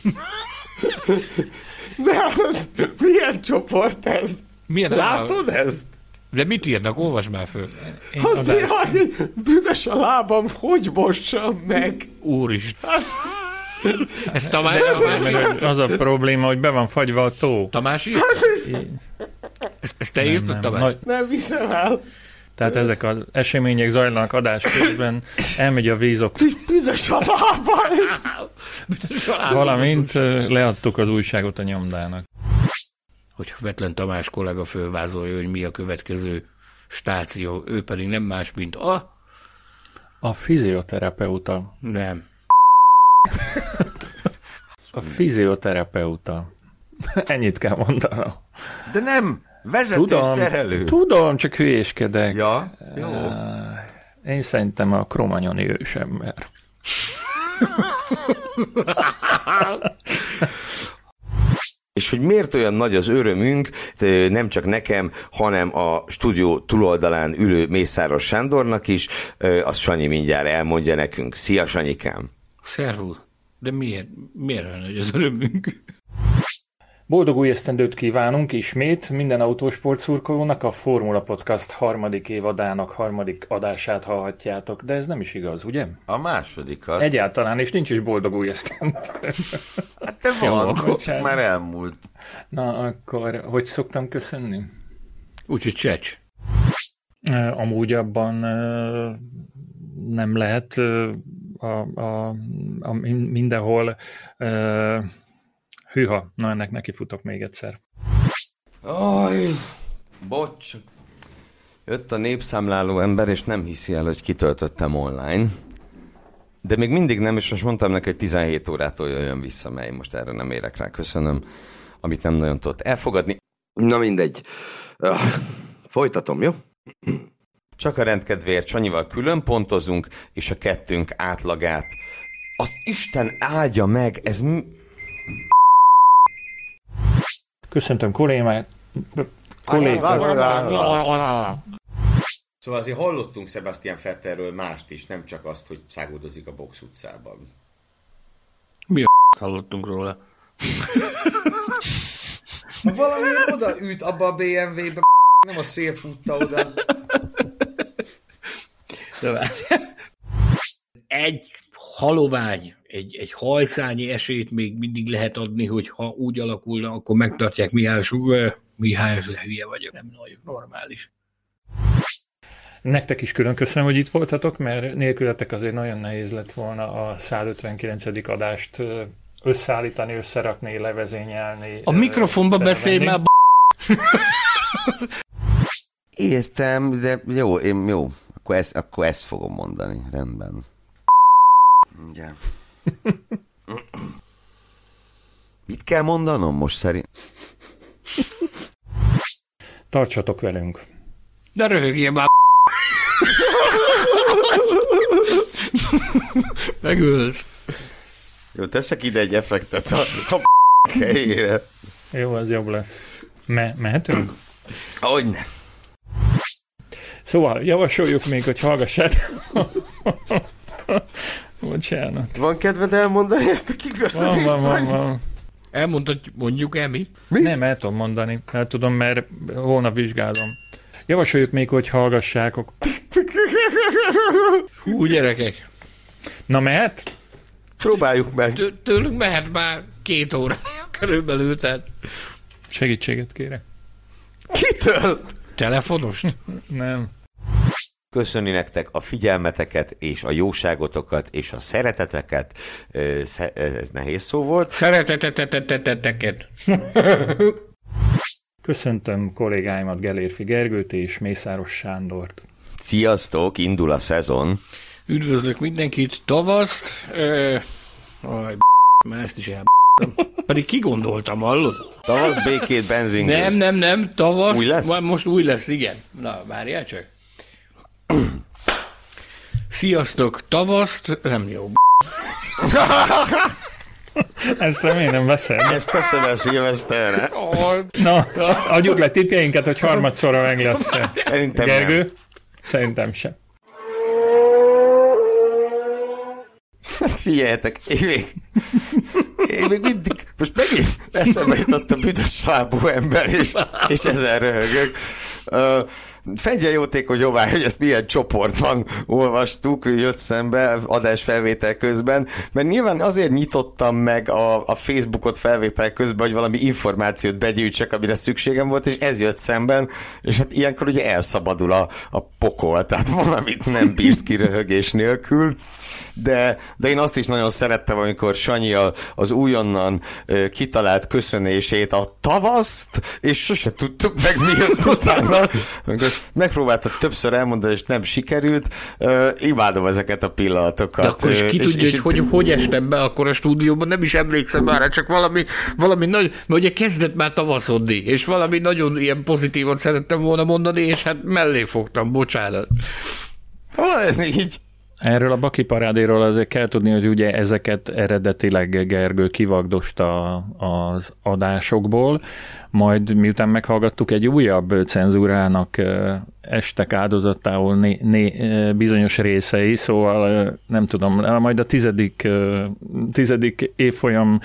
Milyen csoport ez? Látod ezt? De mit írnak? Olvasd már föl. Azt írja, hogy büdös a lábam, hogy mossam meg? Úristen. Ez Tamás? Az a probléma, hogy be van fagyva a tó. Tamás írt? Ezt te írtad, Tamás? Nem viszem el. Tehát ezek az események zajlanak adás közben, elmegy a vízok. Büdös a lábam! Valamint leadtuk az újságot a nyomdának. Hogyha Vetlen Tamás kollega fölvázolja, hogy mi a következő stáció, ő pedig nem más, mint a fizioterapeuta. Nem. A fizioterapeuta. Ennyit kell mondanom. De nem, vezetőszerelő. Tudom, csak hülyéskedek. Ja, jó. Én szerintem a kromanyoni ősember. És hogy miért olyan nagy az örömünk, nem csak nekem, hanem a stúdió túloldalán ülő Mészáros Sándornak is, azt Sanyi mindjárt elmondja nekünk. Szia, Sanyikám! Szervusz! De miért olyan nagy az örömünk? Boldog új esztendőt kívánunk ismét minden autósport szurkolónak, a Formula Podcast harmadik évadának harmadik adását hallhatjátok, de ez nem is igaz, ugye? A másodikat. Egyáltalán, és nincs is boldog új esztendő. Hát te van, csak már elmúlt. Na, akkor hogy szoktam köszönni? Úgyhogy csecs. Amúgy abban nem lehet mindenhol... Hűha, na ennek nekifutok még egyszer. Aj, bocs. Jött a népszámláló ember, és nem hiszi el, hogy kitöltöttem online. De még mindig nem, és most mondtam neki, hogy 17 órától jöjjön vissza, mely most erre nem érek rá, köszönöm, amit nem nagyon tudott elfogadni. Na mindegy. Folytatom, jó? Csak a rendkedvéért Sanyival külön pontozunk, és a kettőnk átlagát. Az Isten áldja meg, ez... Köszöntöm kollégát. Szóval azért hallottunk Sebastian Vettelről mást is, nem csak azt, hogy száguldozik a box utcában. Mi a hallottunk róla? Valamiért oda ült abba a BMW-be, nem a szél futta oda. Egy halovány, egy hajszányi esélyt még mindig lehet adni, hogy ha úgy alakulna, akkor megtartják Mihály, hülye vagyok, nem nagyon normális. Nektek is külön köszönöm, hogy itt voltatok, mert nélkületek azért nagyon nehéz lett volna a 159. adást összeállítani, összerakni, levezényelni. A mikrofonba beszélj már, Értem, de jó, akkor ezt fogom mondani, rendben. Ugye. Mit kell mondanom most szerint? Tartsatok velünk. De röhögjél már. Megölsz. Jó, teszek ide egy effektet a helyére. Jó, az jobb lesz. Mehetünk? Hogyne. Szóval javasoljuk még, hogy hallgassátok. Bocsánat. Van kedved elmondani ezt a kiköszönést? Van. Mondjuk el mi? Nem, el tudom mondani. El tudom, mert holnap vizsgálom. Javasoljuk még, hogy hallgassátok. Hú, gyerekek. Na, mehet? Próbáljuk meg. Tőlünk mehet már 2 óra körülbelül, tehát... Segítséget kérek. Kitől? Telefonost? Nem. Köszönni nektek a figyelmeteket, és a jóságotokat, és a szereteteket. Ez nehéz szó volt. Szereteteteket. Köszöntöm kollégáimat, Gellérfi Gergőt és Mészáros Sándort. Sziasztok, indul a szezon. Üdvözlök mindenkit. Tavaszt... már ezt is pedig kigondoltam, hallod? Tavasz, békét, benzingőz. Nem, tavasz. Új lesz? Most új lesz, igen. Na, várjál csak. Sziasztok, tavaszt, nem jó. Ezt remélem veszed. Ezt teszem el szilveszterre. Na, adjuk le tippjeinket, hogy harmadszorra meg lesz. Szerintem Gergő? nem. Szerintem sem. Hát figyeljetek, én még mindig, most megint eszembe jutott a büdös lábú ember, és ezen röhögök. Fedje jótékony jobbá, hogy ezt milyen csoportban olvastuk, jött szembe adásfelvétel közben, mert nyilván azért nyitottam meg a Facebookot felvétel közben, hogy valami információt begyűjtsek, amire szükségem volt, és ez jött szemben, és hát ilyenkor ugye elszabadul a pokol, tehát valamit nem bírsz ki röhögés nélkül, de én azt is nagyon szerettem, amikor Sanyi az újonnan kitalált köszönését, a tavaszt, és sose tudtuk meg, mi jött utána. Megpróbáltad többször elmondani, és nem sikerült. Imádom ezeket a pillanatokat. De akkor is ki tudja, hogy estem be akkor a stúdióban, nem is emlékszem már, csak valami nagy, mert ugye kezdett már tavaszodni, és valami nagyon ilyen pozitívat szerettem volna mondani, és hát mellé fogtam, bocsánat. Ez így. Erről a Baki parádéról azért kell tudni, hogy ugye ezeket eredetileg Gergő kivagdosta az adásokból, majd miután meghallgattuk egy újabb cenzúrának estek áldozatául bizonyos részei, szóval nem tudom, majd a 10. évfolyam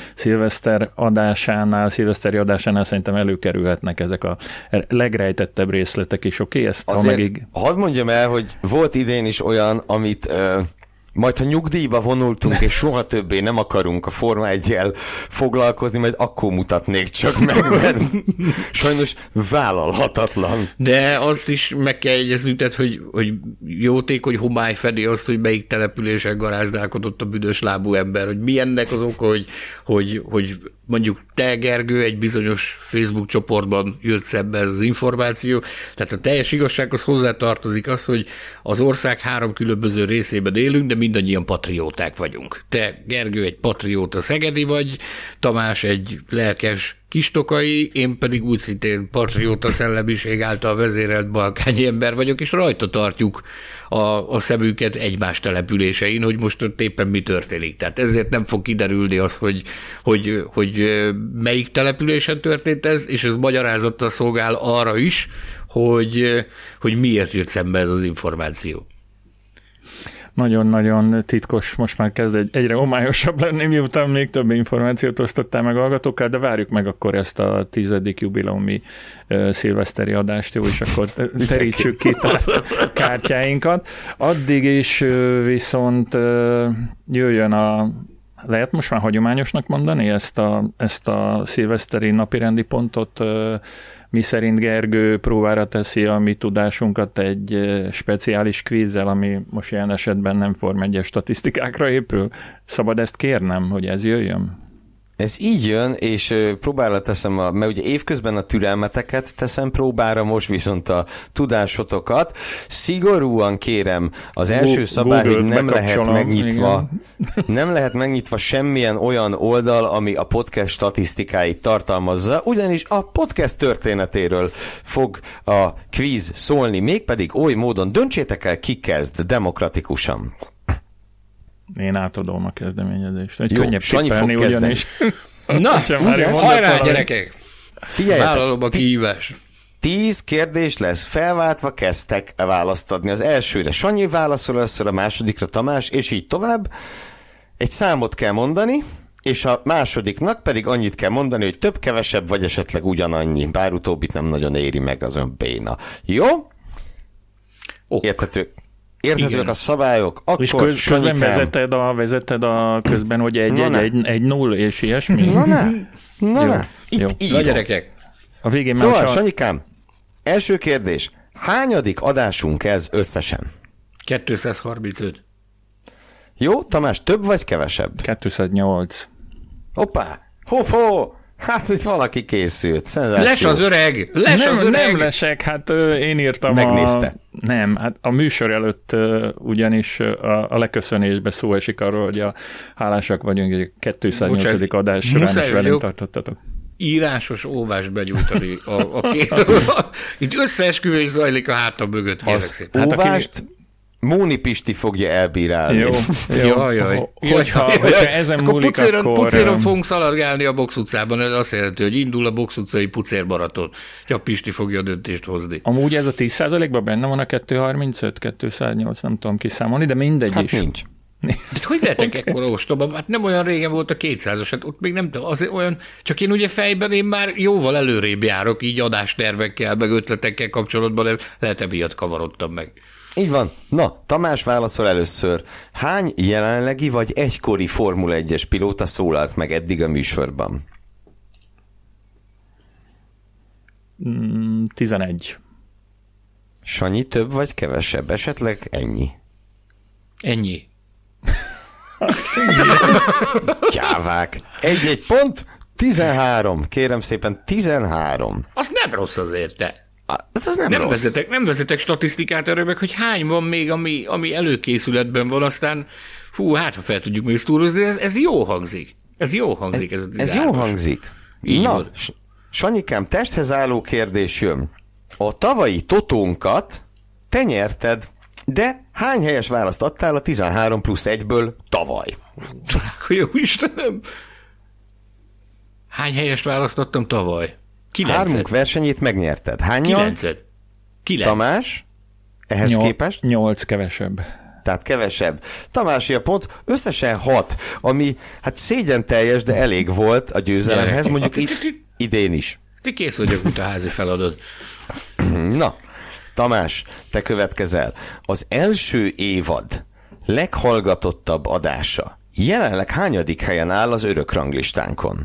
szilveszteri adásánál szerintem előkerülhetnek ezek a legrejtettebb részletek is, oké? Ezt azért hadd mondjam el, hogy volt idén is olyan, amit majd ha nyugdíjba vonultunk, és soha többé nem akarunk a Forma 1-jel foglalkozni, majd akkor mutatnék csak meg, mert sajnos vállalhatatlan. De azt is meg kell jegyezni, tehát, hogy jótékony homály fedi azt, hogy melyik településen garázdálkodott a büdös lábú ember, hogy mi ennek az oka, hogy mondjuk te, Gergő, egy bizonyos Facebook csoportban jött szembe ez az információ. Tehát a teljes igazsághoz hozzátartozik az, hogy az ország 3 különböző részében élünk, de mindannyian patrióták vagyunk. Te, Gergő, egy patrióta szegedi vagy, Tamás egy lelkes kistokai, én pedig úgy szintén patrióta szellemiség által vezérelt balkányi ember vagyok, és rajta tartjuk a szemünket egymás településein, hogy most ott éppen mi történik. Tehát ezért nem fog kiderülni az, hogy melyik településen történt ez, és ez magyarázattal szolgál arra is, hogy miért jött szembe ez az információ. Nagyon-nagyon titkos, most már kezd egyre homályosabb lenni, miután még több információt osztottál meg hallgatókkal, de várjuk meg akkor ezt a 10. jubileumi szilveszteri adást, jó, és akkor terítsük ki kártyáinkat. Addig is viszont jöjjön lehet most már hagyományosnak mondani ezt a szilveszteri napirendi pontot, mi szerint Gergő próbára teszi a mi tudásunkat egy speciális kvízzel, ami most jelen esetben nem Form 1-es statisztikákra épül. Szabad ezt kérnem, hogy ez jöjjön? Ez így jön, és próbára teszem, mert ugye évközben a türelmeteket teszem próbára, most viszont a tudásotokat. Szigorúan kérem, az első szabály, hogy nem lehet megnyitva semmilyen olyan oldal, ami a podcast statisztikáit tartalmazza, ugyanis a podcast történetéről fog a kvíz szólni, mégpedig oly módon döntsétek el, ki kezd demokratikusan. Én átadom a kezdeményezést. Egy jó, könnyebb Sanyi tippelni fog ugyanis. Na, hajrá, gyerekek! Figyeljetek! Vállalom a kihívás. 10 kérdés lesz, felváltva kezdtek választ adni. Az elsőre Sanyi válaszol, először a másodikra Tamás, és így tovább. Egy számot kell mondani, és a másodiknak pedig annyit kell mondani, hogy több, kevesebb, vagy esetleg ugyanannyi. Bár utóbbit nem nagyon éri meg, az ön béna. Jó? Érthetők a szabályok, akkor és közben vezeted a közben, hogy 1-0 és ilyesmi? Na, itt Na, gyerekek. A végén szóval, Sanyikám, első kérdés. Hányadik adásunk ez összesen? 235. Jó, Tamás, több vagy kevesebb? 208. Hoppá! Ho-ho! Hát itt valaki készült. Szenzáció. Les az öreg! Nem lesek, hát én írtam megnézte. Nem, hát a műsor előtt ugyanis a leköszönésbe szó esik arról, hogy hálásak vagyunk, hogy 208. adásra is velünk tartottatok. Írásos óvást begyújtani. Itt összeesküvés zajlik a hátam mögött. Az óvást Móni Pisti fogja elbírálni. Jó. Hogyha ezen múlik, akkor... Pucéron fogunk szaladgálni a Box utcában, ez azt jelenti, hogy indul a Box utcai pucérmaraton. Csak Pisti fogja a döntést hozni. Amúgy ez a 10%-ban benne van a 235, 208, nem tudom kiszámolni, de mindegy hát is. Nincs. De hogy lehetek ekkora ostoba? Hát nem olyan régen volt a 200-as, hát ott még nem tudom, azért olyan, csak én ugye fejben én már jóval előrébb járok, így adástervekkel, meg ötletekkel kapcsolatban, lehet emiatt kavarodtam meg. Így van. Na, Tamás válaszol először. Hány jelenlegi vagy egykori Formula 1-es pilóta szólalt meg eddig a műsorban? 11. Sanyi, több vagy kevesebb? Esetleg ennyi? Ennyi. Gyávák. Egy pont, 13. Kérem szépen, 13. Az nem rossz azért, te. Ez nem rossz. Nem vezetek statisztikát erről meg, hogy hány van még, ami előkészületben van, aztán hát ha fel tudjuk még túrozni, ez jó hangzik. Ez jó hangzik. Ez jó hangzik. Így na, van. Sanyikám, testhez álló kérdés jön. A tavalyi totónkat te nyerted, De hány helyes választ adtál a 13 plusz 1-ből tavaly? Drága jó Istenem! Hány helyest választottam tavaly? 9. Hármunk versenyét megnyerted. Hányan? 9. Tamás? Ehhez képest? 8 kevesebb. Tehát kevesebb. Tamási a pont, összesen 6, ami hát szégyen teljes, de elég volt a győzelemhez, mondjuk idén is. Ti kész vagyok, mint a házi feladat. Na, Tamás, te következel. Az első évad leghallgatottabb adása jelenleg hányadik helyen áll az örök ranglistánkon?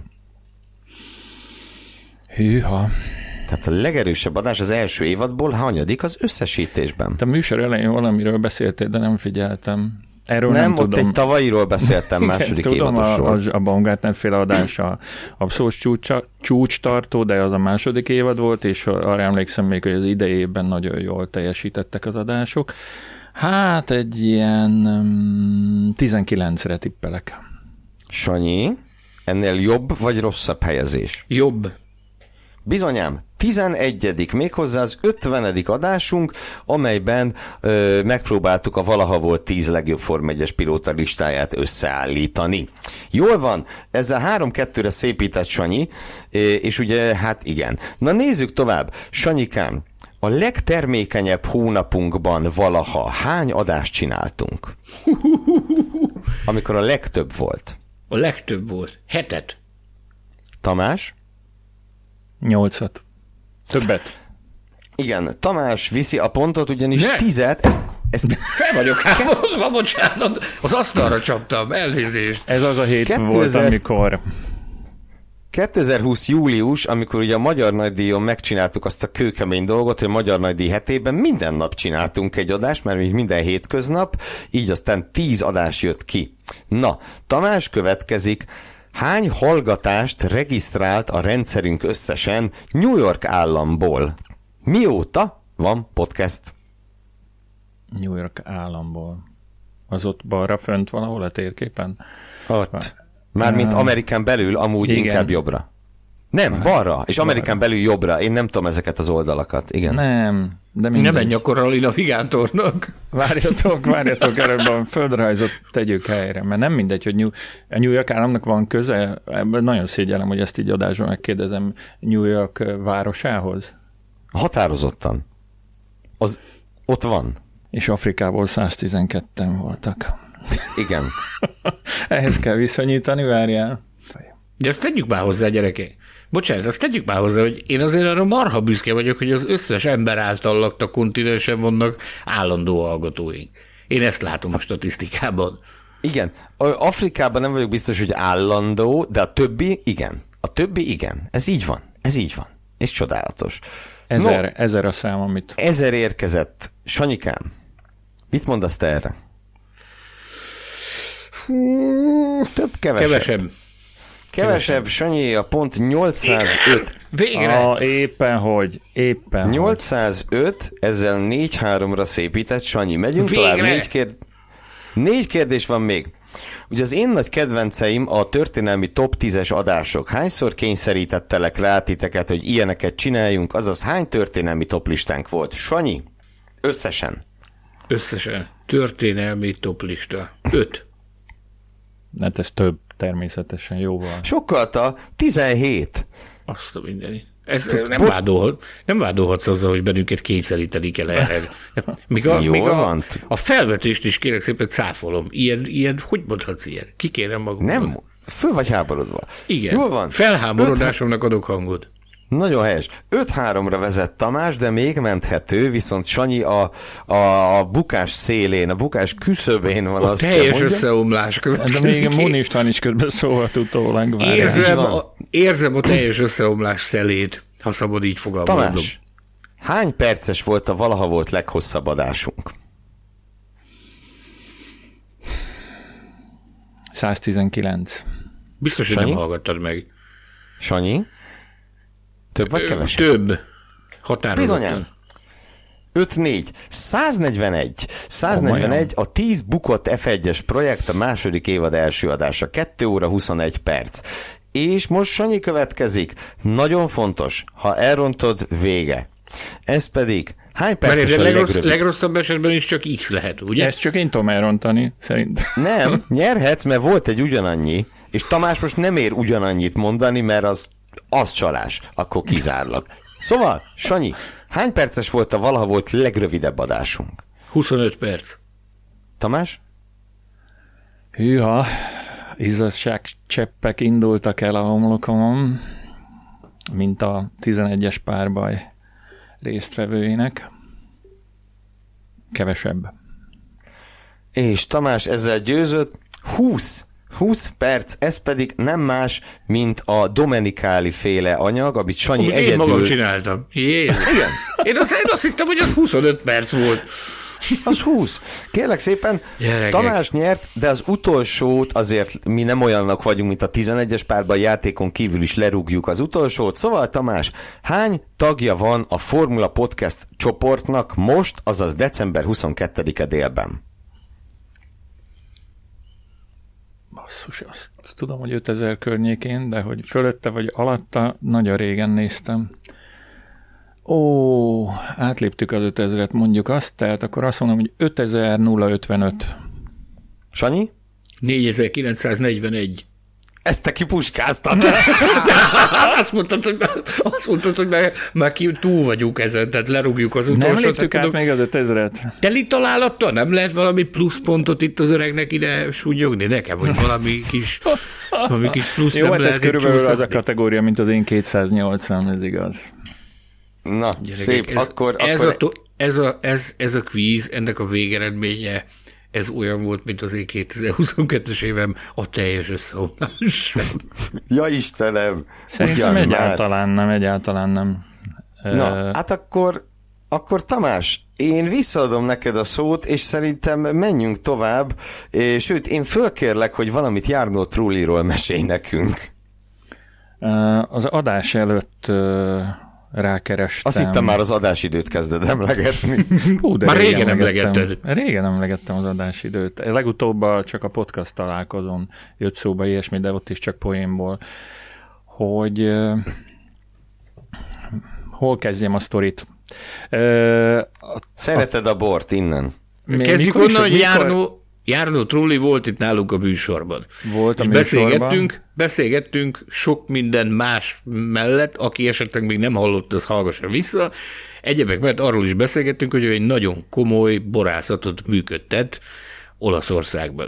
Hűha. Tehát a legerősebb adás az első évadból hanyadik az összesítésben? Te a műsor elején valamiről beszéltél, de nem figyeltem. Erről nem tudom. Ott egy tavalyiról beszéltem, második évadosról. Tudom, a Baumgartner féle adás a abszolút csúcs tartó, de az a második évad volt, és arra emlékszem még, hogy az idejében nagyon jól teljesítettek az adások. Hát egy ilyen 19-re tippelek. Sanyi, ennél jobb vagy rosszabb helyezés? Jobb. Bizonyám, 11. méghozzá az 50. adásunk, amelyben megpróbáltuk a valaha volt 10 legjobb Forma 1-es pilóta listáját összeállítani. Jól van, ezzel 3-2-re szépített Sanyi, és ugye hát igen. Na nézzük tovább. Sanyikám, a legtermékenyebb hónapunkban valaha hány adást csináltunk? Amikor a legtöbb volt. A legtöbb volt. 7. Tamás? 8-at. Többet. Igen, Tamás viszi a pontot, ugyanis 10. Ezt fel vagyok háborúzva, bocsánat. Az asztalra csaptam, elnézést. Ez az a hét volt, amikor... 2020 július, amikor ugye a Magyar Nagydíjon megcsináltuk azt a kőkemény dolgot, hogy a Magyar Nagydíj hetében minden nap csináltunk egy adást, mert minden hétköznap, így aztán 10 adás jött ki. Na, Tamás következik. Hány hallgatást regisztrált a rendszerünk összesen New York államból? Mióta van podcast? New York államból. Az ott balra fönt valahol a térképen? Ott. Mármint Amerikán belül, amúgy igen. Inkább jobbra. Nem, balra, és Amerikán belül jobbra. Én nem tudom ezeket az oldalakat. Igen. Nem, de mindegy. Nem menj akkor a navigátornak. Várjatok, előbb a földrajzot tegyük helyre, mert nem mindegy, hogy a New York államnak van köze. Nagyon szégyellem, hogy ezt így adásban megkérdezem New York városához. Határozottan. Az ott van. És Afrikából 112-en voltak. Igen. Ehhez kell viszonyítani, várjál. De ezt tegyük már hozzá, gyerekek. Bocsánat, azt tegyük már hozzá, hogy én azért arra marha büszke vagyok, hogy az összes ember által lakta kontinensen vannak állandó hallgatóink. Én ezt látom a statisztikában. Igen. Afrikában nem vagyok biztos, hogy állandó, de a többi igen. A többi igen. Ez így van. És csodálatos. 1000 a szám, amit... 1000 érkezett. Sanyikám, mit mondasz te erre? Több, kevesebb. Kevesebb, Sanyi, a pont 805. Végre! Éppen hogy. 805, ezzel 4-3-ra szépített Sanyi. Megyünk végre. Tovább. 4 kérdés van még. Ugye az én nagy kedvenceim a történelmi top 10-es adások. Hányszor kényszerítettelek rá titeket, hogy ilyeneket csináljunk, azaz hány történelmi toplistánk volt? Sanyi, összesen. Összesen. Történelmi toplista. 5. Hát ez több, természetesen jóval. Sokkal 17. Azt a mindeni. Ez nem vádolhatsz azzal, hogy bennünket kényszerítenik el erre. Még a felvetést is kérek szépen cáfolom. Ilyen, hogy mondhatsz ilyen? Kikérem magamon. Nem, föl vagy háborodva. Igen. Jól van. Felháborodásomnak adok hangot. Nagyon helyes. 5-3-ra vezet Tamás, de még menthető, viszont Sanyi a bukás szélén, a bukás küszöbén van. A teljes összeomlás következik. De még Mun István is közben szólt utólag. Érzem a teljes összeomlás szelét, ha szabad így fogalmaznom. Tamás, hány perces volt a valaha volt leghosszabb adásunk? 119. Biztos, hogy nem hallgattad meg. Sanyi? Több vagy kevesebb? Több. Határozottan. Bizonyán. 5-4. 141 a 10 bukott F1-es projekt, a második évad első adása. 2 óra 21 perc. És most Sanyi következik. Nagyon fontos, ha elrontod, vége. Ez pedig Hány perces a legrövidebb? Legrosszabb esetben is csak X lehet, ugye? Ezt csak én tudom elrontani, szerintem. Nem, nyerhetsz, mert volt egy ugyanannyi, és Tamás most nem ér ugyanannyit mondani, mert az csalás, akkor kizárlak. Szóval, Sanyi, hány perces volt a valaha volt legrövidebb adásunk? 25 perc. Tamás? Hűha, izzadságcseppek indultak el a homlokomon, mint a 11-es párbaj résztvevőinek. Kevesebb. És Tamás ezzel győzött. 20 perc, ez pedig nem más, mint a domenikáli féle anyag, amit Sanyi egyedül... Én magam csináltam. Igen. Én azt hittem, hogy az 25 perc volt. Az 20. Kérlek szépen, Gyerekek. Tamás nyert, de az utolsót azért mi nem olyannak vagyunk, mint a 11-es párban, játékon kívül is lerúgjuk az utolsót. Szóval Tamás, hány tagja van a Formula Podcast csoportnak most, azaz december 22-e délben? Basszus, azt tudom, hogy 5000 környékén, de hogy fölötte vagy alatta, nagyon régen néztem. Ó, átléptük az 5000-et, mondjuk azt, tehát akkor azt mondom, hogy 5055. Sanyi? 4941. Ezt te kipuskáztad? Azt mondtad, hogy már túl vagyunk ezen, tehát lerúgjuk az utolsót. Nem léptük át még az 5000-et. Teli találattal? Nem lehet valami pluszpontot itt az öregnek ide súnyogni? Nekem, hogy valami kis plusz jó, nem hát lehet ez körülbelül csúsztatni. az a kategória, mint az én 280, ez igaz. Na, Gyerekek, szép, akkor... Ez a kvíz, ennek a végeredménye, ez olyan volt, mint az én 2022-es évem, a teljes összeomlás. Ja Istenem! Szerintem egyáltalán nem. Na, hát akkor Tamás, én visszaadom neked a szót, és szerintem menjünk tovább, sőt, én fölkérlek, hogy valamit Jarno Trulliról mesélj nekünk. Az adás előtt rákerestem. Azt hittem már az adásidőt kezded emlegetni. De már régen emlegetted. Régen emlegettem az adásidőt. Legutóbb csak a podcast találkozón jött szóba ilyesmi, de ott is csak poénból, hogy hol kezdjem a sztorit. Szereted a bort innen? Kezdjük onnan, hogy Jarno Trulli volt itt nálunk a műsorban. Volt a műsorban. Beszélgettünk sok minden más mellett, aki esetleg még nem hallott, az hallgassa vissza. Egyebek mellett arról is beszélgettünk, hogy ő egy nagyon komoly borászatot működtet Olaszországban.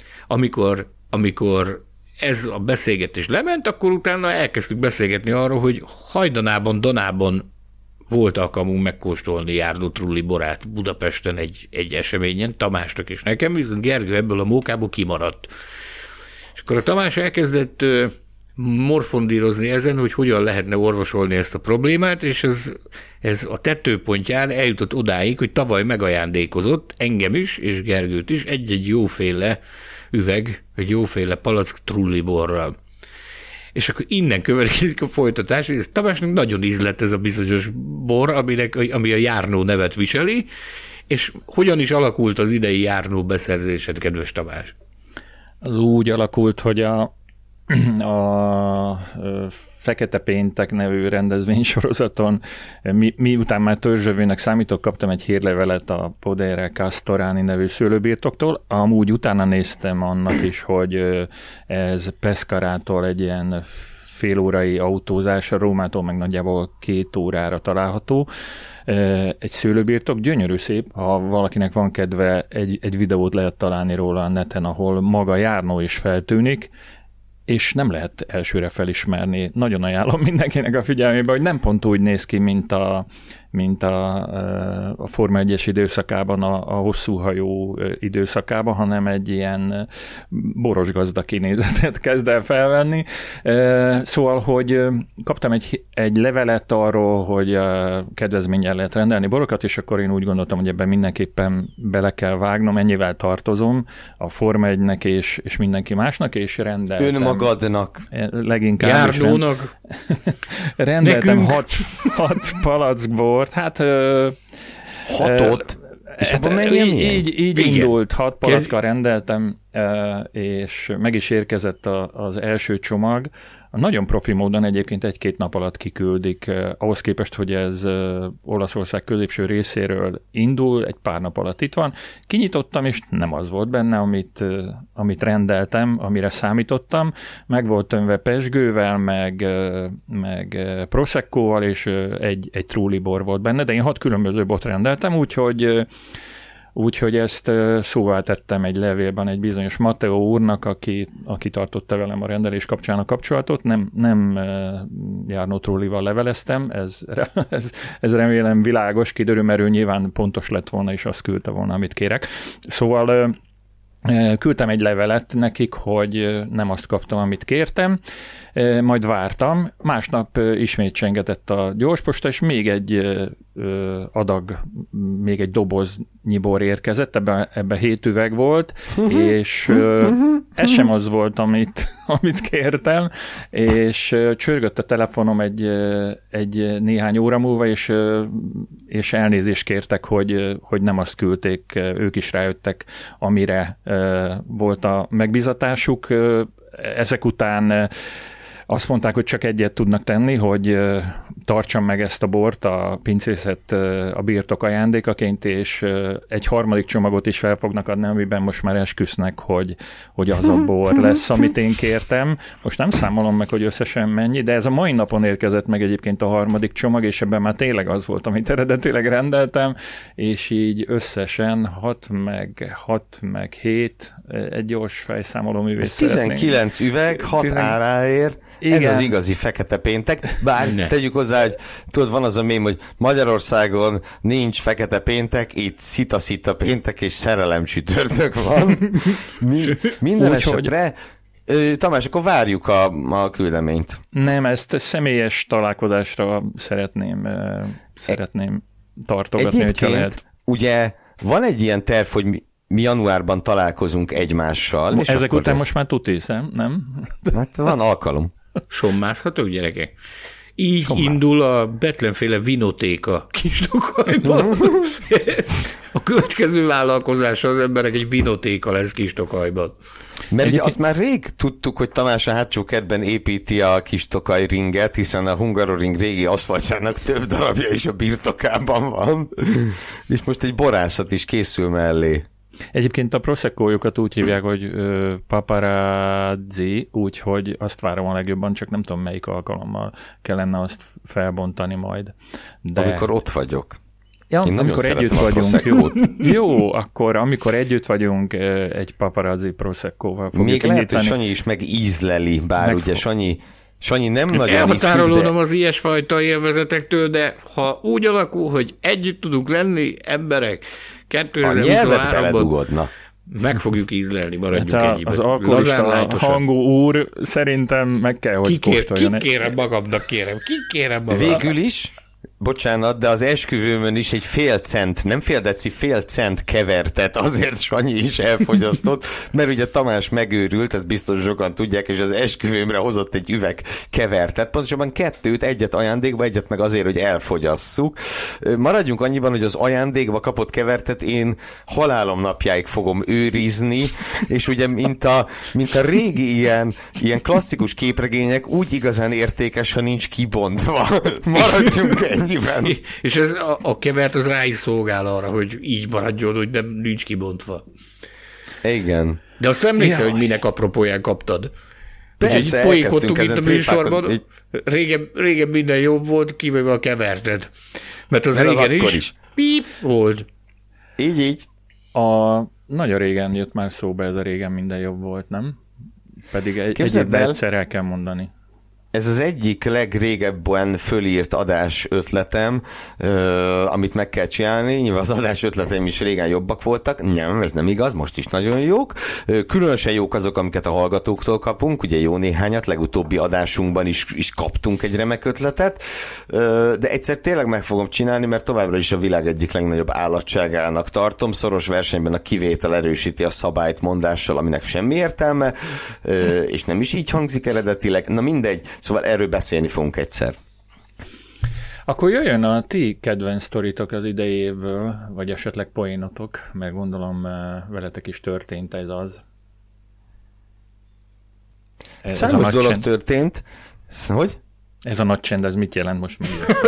Amikor ez a beszélgetés lement, akkor utána elkezdtük beszélgetni arról, hogy hajdanában, Danában volt alkalmunk megkóstolni Jarno Trulli borát Budapesten egy eseményen, Tamásnak és nekem, viszont Gergő ebből a mókából kimaradt. És akkor a Tamás elkezdett morfondírozni ezen, hogy hogyan lehetne orvosolni ezt a problémát, és ez a tetőpontján eljutott odáig, hogy tavaly megajándékozott engem is, és Gergőt is egy jóféle üveg, egy jóféle palack Trulli borral. És akkor innen következik a folytatás, és Tamásnak nagyon ízlett ez a bizonyos bor, ami a Jarno nevet viseli, és hogyan is alakult az idei Jarno beszerzésed, kedves Tamás? Az úgy alakult, hogy a Fekete Péntek nevű rendezvénysorozaton, miután már törzsövőnek számítok, kaptam egy hírlevelet a Podere Castorani nevű szőlőbirtoktól, amúgy utána néztem annak is, hogy ez Pescarától egy ilyen félórai autózás, a Rómától meg nagyjából 2 órára található. Egy szőlőbirtok, gyönyörű szép, ha valakinek van kedve, egy videót lehet találni róla a neten, ahol maga Jarno is feltűnik, és nem lehet elsőre felismerni. Nagyon ajánlom mindenkinek a figyelmébe, hogy nem pont úgy néz ki, mint a Forma 1-es időszakában, a hosszú hajó időszakában, hanem egy ilyen boros gazda kinézetet kezd el felvenni. Szóval, hogy kaptam egy levelet arról, hogy kedvezménnyel lehet rendelni borokat, és akkor én úgy gondoltam, hogy ebben mindenképpen bele kell vágnom, ennyivel tartozom a Forma 1-nek és mindenki másnak, és rendeltem. Önmagadnak. Leginkább Jarnónak. Rendeltem 6 palack bort, hát... 6-ot? És abban mennyien milyen? Így indult, 6 palackkal rendeltem, és meg is érkezett az első csomag, nagyon profi módon egyébként 1-2 nap alatt kiküldik, ahhoz képest, hogy ez Olaszország középső részéről indul, egy pár nap alatt itt van. Kinyitottam, és nem az volt benne, amit rendeltem, amire számítottam. Meg volt tömve pezsgővel, meg Proseccóval, és egy Trulli-bor volt benne, de én 6 különböző bort rendeltem, úgyhogy ezt szóvá tettem egy levélben egy bizonyos Matteo úrnak, aki tartotta velem a rendelés kapcsán a kapcsolatot. Nem Jarno Trullival leveleztem, ez remélem világos, kiderül, mert ő nyilván pontos lett volna, és azt küldte volna, amit kérek. Szóval küldtem egy levelet nekik, hogy nem azt kaptam, amit kértem, majd vártam. Másnap ismét csengetett a gyorsposta, és még egy doboznyi bor érkezett, ebben 7 üveg volt, és ez sem az volt, amit kértem, és csörgött a telefonom egy néhány óra múlva, és elnézést kértek, hogy nem azt küldték, ők is rájöttek, amire volt a megbízatásuk. Ezek után azt mondták, hogy csak egyet tudnak tenni, hogy tartsam meg ezt a bort a pincészet a birtok ajándékaként, és egy harmadik csomagot is fel fognak adni, amiben most már esküsznek, hogy az a bor lesz, amit én kértem. Most nem számolom meg, hogy összesen mennyi, de ez a mai napon érkezett meg egyébként a harmadik csomag, és ebben már tényleg az volt, amit eredetileg rendeltem, és így összesen 6 meg 7, egy gyors fejszámoló művész. 19 üveg, 6 áráért. Igen. Ez az igazi fekete péntek. Bár tegyük hozzá, hogy tudod, van az a mém, hogy Magyarországon nincs fekete péntek, itt szita-szita péntek és szerelem csütörtök van. Minden esetre. Tamás, akkor várjuk a küldeményt. Nem, ezt személyes találkozásra szeretném tartogatni, hogyha lehet. Ugye van egy ilyen terv, hogy mi januárban találkozunk egymással. És ezek után most már hiszem, nem? Hát van alkalom. Sommázhatok, gyerekek? Így indul a Betlenféle vinotéka Kis-Tokajban. A következő vállalkozása az emberek egy vinotéka lesz Kis-Tokajban. Mert ugye azt már rég tudtuk, hogy Tamás a hátsó kertben építi a Kis-Tokaj ringet, hiszen a Hungaroring régi aszfaltjának több darabja is a birtokában van. És most egy borászat is készül mellé. Egyébként a Proseccójukat úgy hívják, hogy paparazzi, úgyhogy azt várom a legjobban, csak nem tudom, melyik alkalommal kellene azt felbontani majd. De... Amikor ott vagyok. Ja, amikor együtt vagyunk, jó, akkor amikor együtt vagyunk, egy paparazzi Proseccóval fogjuk még lehet, hogy Sanyi is megízleli, bár ugye Sanyi nem nagyon elhatárolódom az ilyesfajta élvezetektől, de ha úgy alakul, hogy együtt tudunk lenni, emberek, 2023-ban meg fogjuk ízlelni, maradjunk ennyiben. Az alkoholista hangú úr szerintem meg kell, hogy kóstoljon. Kikérem magamnak, kikérem magamnak. Végül is, bocsánat, de az esküvőmön is egy fél cent kevertet azért Sanyi is elfogyasztott, mert ugye Tamás megőrült, ezt biztos sokan tudják, és az esküvőmre hozott egy üveg kevertet, pontosabban 2, egyet ajándékba, egyet meg azért, hogy elfogyasszuk. Maradjunk annyiban, hogy az ajándékba kapott kevertet én halálom napjáig fogom őrizni, és ugye mint a régi ilyen klasszikus képregények úgy igazán értékes, ha nincs kibontva. Maradjunk ennyi. És ez a kevert az rá is szolgál arra, hogy így maradjon, hogy nincs kibontva. Igen. De azt emlékszel, hogy minek apropóján kaptad? Persze, poénkodtunk itt a műsorban. Régen minden jobb volt, kivéve a keverted. Mert az régen is píp volt. Így. Nagyon régen jött már szóba ez a régen minden jobb volt, nem? Pedig egyszer el kell mondani. Ez az egyik legrégebben fölírt adás ötletem, amit meg kell csinálni. Nyilván az adás ötleteim is régen jobbak voltak. Nem, ez nem igaz, most is nagyon jók. Különösen jók azok, amiket a hallgatóktól kapunk, ugye jó néhányat, legutóbbi adásunkban is kaptunk egy remek ötletet, de egyszer tényleg meg fogom csinálni, mert továbbra is a világ egyik legnagyobb állatságának tartom. Szoros versenyben a kivétel erősíti a szabályt mondással, aminek semmi értelme, és nem is így hangzik eredetileg. Na mindegy. Szóval erről beszélni fogunk egyszer. Akkor jöjjön a ti kedvenc sztoritok az idejéből, vagy esetleg poénotok, mert gondolom veletek is történt ez az. Számos dolog történt. Hogy? Ez a nagy csend, ez mit jelent most?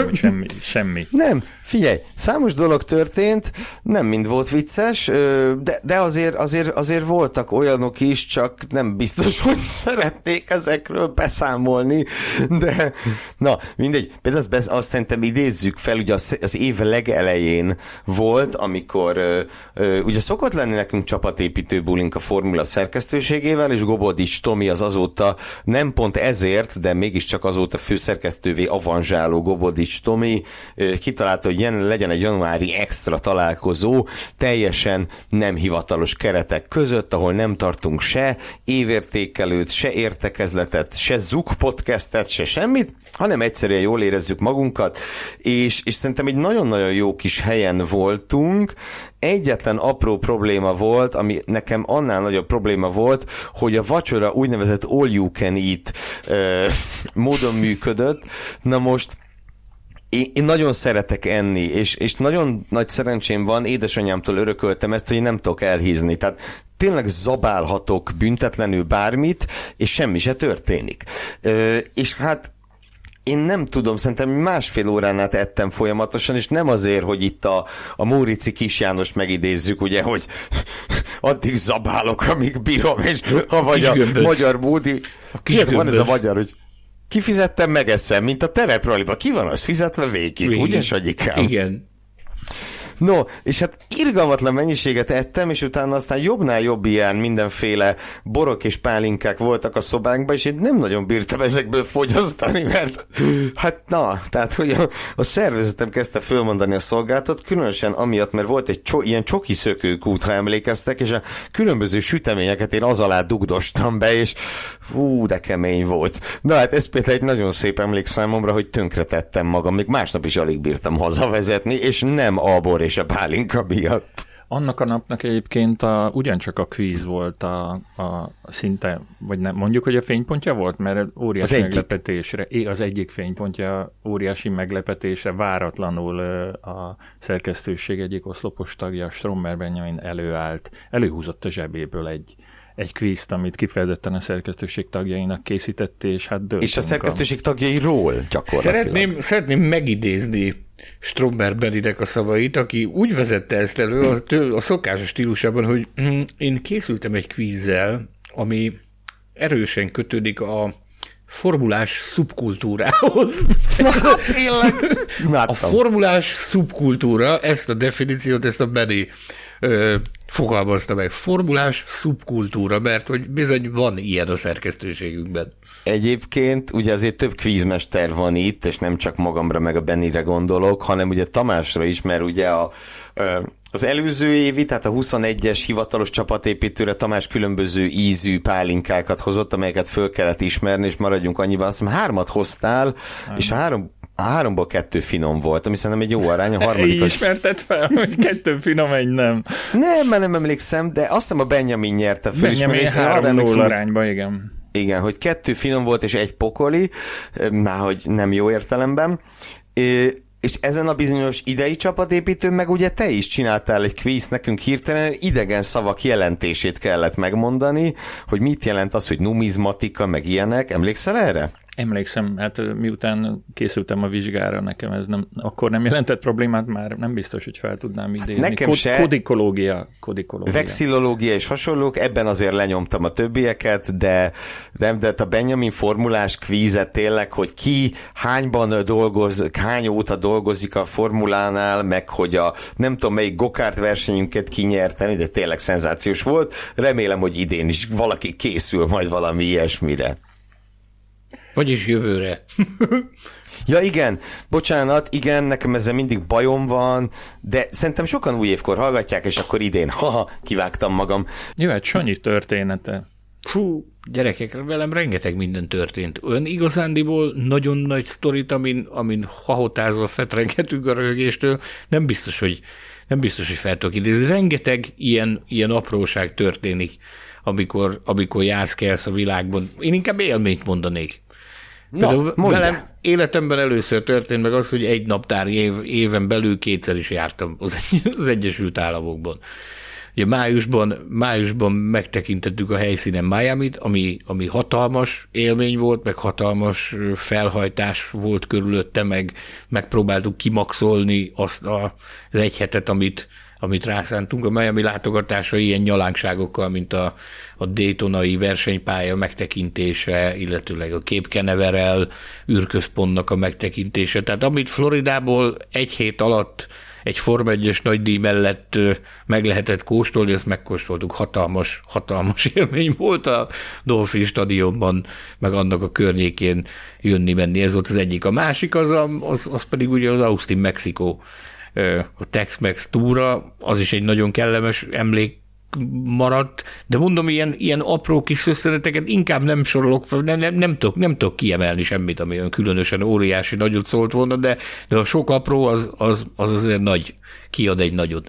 Semmi. Nem, figyelj, számos dolog történt, nem mind volt vicces, de azért voltak olyanok is, csak nem biztos, hogy szeretnék ezekről beszámolni, de na, mindegy. Például azt szerintem idézzük fel, ugye az év legelején volt, amikor ugye szokott lenni nekünk csapatépítő bulink a Formula szerkesztőségével, és Gobodics Tomi az azóta nem pont ezért, de mégiscsak azóta főszerkesztővé avanzsáló Gobodics Tomi kitalálta, hogy legyen egy januári extra találkozó, teljesen nem hivatalos keretek között, ahol nem tartunk se évértékelőt, se értekezletet, se Zuk podcastet, se semmit, hanem egyszerűen jól érezzük magunkat, és szerintem egy nagyon-nagyon jó kis helyen voltunk. Egyetlen apró probléma volt, ami nekem annál nagyobb probléma volt, hogy a vacsora úgynevezett all you can eat módon működött. Na most én nagyon szeretek enni, és nagyon nagy szerencsém van, édesanyámtól örököltem ezt, hogy én nem tudok elhízni. Tehát tényleg zabálhatok büntetlenül bármit, és semmi se történik. És hát én nem tudom, szerintem 1,5 órán át ettem folyamatosan, és nem azért, hogy itt a Mórici Kis János megidézzük, ugye, hogy addig zabálok, amíg bírom, és vagy a magyar módi... Van ez a magyar, hogy kifizettem, megeszem, mint a terepraliba. Ki van az fizetve végig, ugye, Sanyikám? Igen. No, és hát irgalmatlan mennyiséget ettem, és utána aztán jobbnál jobb ilyen mindenféle borok és pálinkák voltak a szobánkban, és én nem nagyon bírtam ezekből fogyasztani, mert hát na, tehát hogy a szervezetem kezdte fölmondani a szolgáltat, különösen amiatt, mert volt egy ilyen csoki szökőkút, ha emlékeztek, és a különböző süteményeket én az alá dugdostam be, és de kemény volt. Na hát ez például egy nagyon szép emlék számomra, hogy tönkretettem magam, még másnap is alig bírtam hazavezetni, és nem a bor és a pálinka miatt. Annak a napnak egyébként ugyancsak a kvíz volt a szinte, vagy nem, mondjuk, hogy a fénypontja volt, mert óriási meglepetésre, az egyik fénypontja óriási meglepetésre váratlanul a szerkesztőség egyik oszlopos tagja, Strommer Benjamin előhúzott a zsebéből egy kvízt, amit kifejezetten a szerkesztőség tagjainak készített, és hát döltünk. És a szerkesztőség tagjairól gyakorlatilag. Szeretném megidézni Strommer Benidek a szavait, aki úgy vezette ezt elő a szokásos stílusában, hogy én készültem egy kvízzel, ami erősen kötődik a formulás szubkultúrához. Tényleg? A formulás szubkultúra, ezt a definíciót, ezt a Beni fogalmazta meg. Formulás szubkultúra, mert hogy bizony van ilyen a szerkesztőségünkben. Egyébként ugye azért több kvízmester van itt, és nem csak magamra meg a Benire gondolok, hanem ugye Tamásra is, mert ugye az előző évi, tehát a 21-es hivatalos csapatépítőre Tamás különböző ízű pálinkákat hozott, amelyeket föl kellett ismerni, és maradjunk annyiban. Azt hiszem 3 hoztál, és a 3-ból 2 finom volt, ami szerintem egy jó arány. A harmadik az... Ismerted fel, hogy 2 finom, egy nem. Nem, mert nem emlékszem, de azt hiszem a Benjamin nyerte fölismerést. Benjamin 3-0 arányban, igen. Igen, hogy 2 finom volt, és 1 pokoli, már hogy nem jó értelemben. És ezen a bizonyos idei csapatépítőn meg ugye te is csináltál egy kvíz nekünk hirtelen, idegen szavak jelentését kellett megmondani, hogy mit jelent az, hogy numizmatika, meg ilyenek. Emlékszel erre? Emlékszem, hát miután készültem a vizsgára, nekem ez akkor nem jelentett problémát, már nem biztos, hogy fel tudnám idézni. Nekem se. Kodikológia. Vexillológia és hasonlók, ebben azért lenyomtam a többieket, de a Benjamin formulás kvízet tényleg, hogy ki hányban hány óta dolgozik a formulánál, meg hogy a nem tudom melyik gokárt versenyünket kinyertem, de tényleg szenzációs volt. Remélem, hogy idén is valaki készül majd valami ilyesmire. Vagyis jövőre. Ja igen, bocsánat, igen, nekem ezzel mindig bajom van, de szerintem sokan új évkor hallgatják, és akkor idén, kivágtam magam. Jöhet Sanyi története. Fú, gyerekek, velem rengeteg minden történt. Olyan igazándiból nagyon nagy sztorit, amin hahotázva fetrengetünk a röhögéstől, nem biztos, hogy fel tudok idézni. Rengeteg ilyen apróság történik, amikor jársz-kelsz a világban. Én inkább élményt mondanék. Például velem életemben először történt meg az, hogy egy naptári éven belül 2-szer is jártam az Egyesült Államokban. Ugye májusban megtekintettük a helyszínen Miamit, ami hatalmas élmény volt, meg hatalmas felhajtás volt körülötte, megpróbáltuk kimaxolni azt az egy hetet, amit rászántunk. A Miami látogatásra ilyen nyalánkságokkal, mint a Daytonai versenypálya megtekintése, illetőleg a Cape Canaveral űrközpontnak a megtekintése. Tehát amit Floridából egy hét alatt egy Forma 1-es nagydíj mellett meg lehetett kóstolni, ezt megkóstoltuk. Hatalmas élmény volt a Dolphin stadionban, meg annak a környékén jönni-menni. Ez volt az egyik. A másik az pedig ugye az Austin, Mexikó, a Tex-Mex túra, az is egy nagyon kellemes emlék maradt, de mondom, ilyen apró kis szösszeneteket inkább nem sorolok fel, nem tudok kiemelni semmit, ami olyan különösen óriási nagyot szólt volna, de a sok apró az azért nagy, kiad egy nagyot.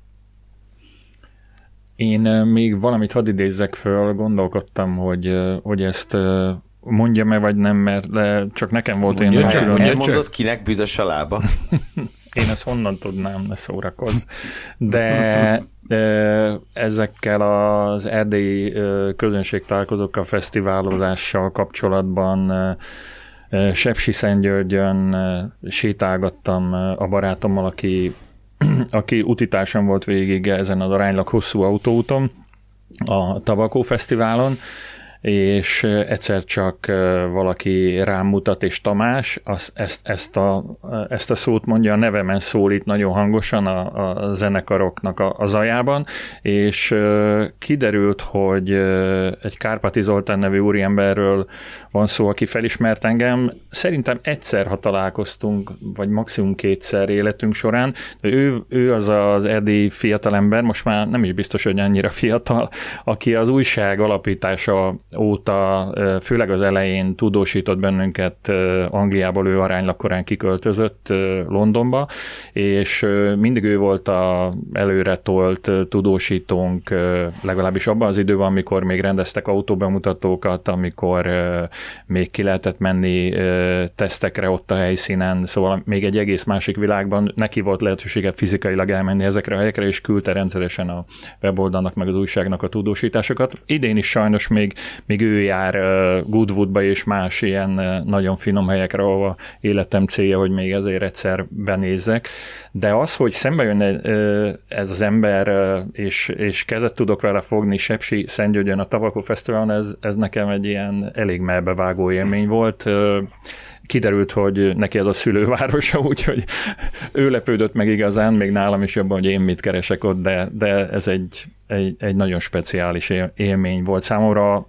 Én még valamit hadd idézzek föl, gondolkodtam, hogy ezt mondjam-e vagy nem, mert csak nekem volt én. Elmondod, kinek büdös a lába? Én ezt honnan tudnám, ne szórakozz. De ezekkel az erdélyi közönségtalálkozókkal, fesztiválozással kapcsolatban Sepsiszentgyörgyön sétálgattam a barátommal, aki utitársan volt végig ezen az aránylag hosszú autóúton, a Tavakó Fesztiválon, és egyszer csak valaki rám mutat, és Tamás ezt a szót mondja, a nevemen szólít nagyon hangosan a zenekaroknak a zajában, és kiderült, hogy egy Kárpáti Zoltán nevű úriemberről van szó, aki felismert engem. Szerintem egyszer, ha találkoztunk, vagy maximum kétszer életünk során, de ő az az erdélyi fiatalember, most már nem is biztos, hogy annyira fiatal, aki az újság alapítása óta, főleg az elején tudósított bennünket Angliából, ő aránylag korán kiköltözött Londonba, és mindig ő volt a előre tolt tudósítónk, legalábbis abban az időben, amikor még rendeztek autóbemutatókat, amikor még ki lehetett menni tesztekre ott a helyszínen, szóval még egy egész másik világban neki volt lehetősége fizikailag elmenni ezekre a helyekre, és küldte rendszeresen a weboldalnak meg az újságnak a tudósításokat. Idén is sajnos még ő jár Goodwoodba és más ilyen nagyon finom helyekre, ahova életem célja, hogy még ezért egyszer benézzek. De az, hogy szembe jön ez az ember, és kezet tudok vele fogni Sepsiszentgyörgyön a Tavakó Fesztiválon, ez nekem egy ilyen elég melbevágó élmény volt. Kiderült, hogy neki ez a szülővárosa, úgyhogy ő lepődött meg igazán, még nálam is jobban, hogy én mit keresek ott, de ez egy nagyon speciális élmény volt számomra,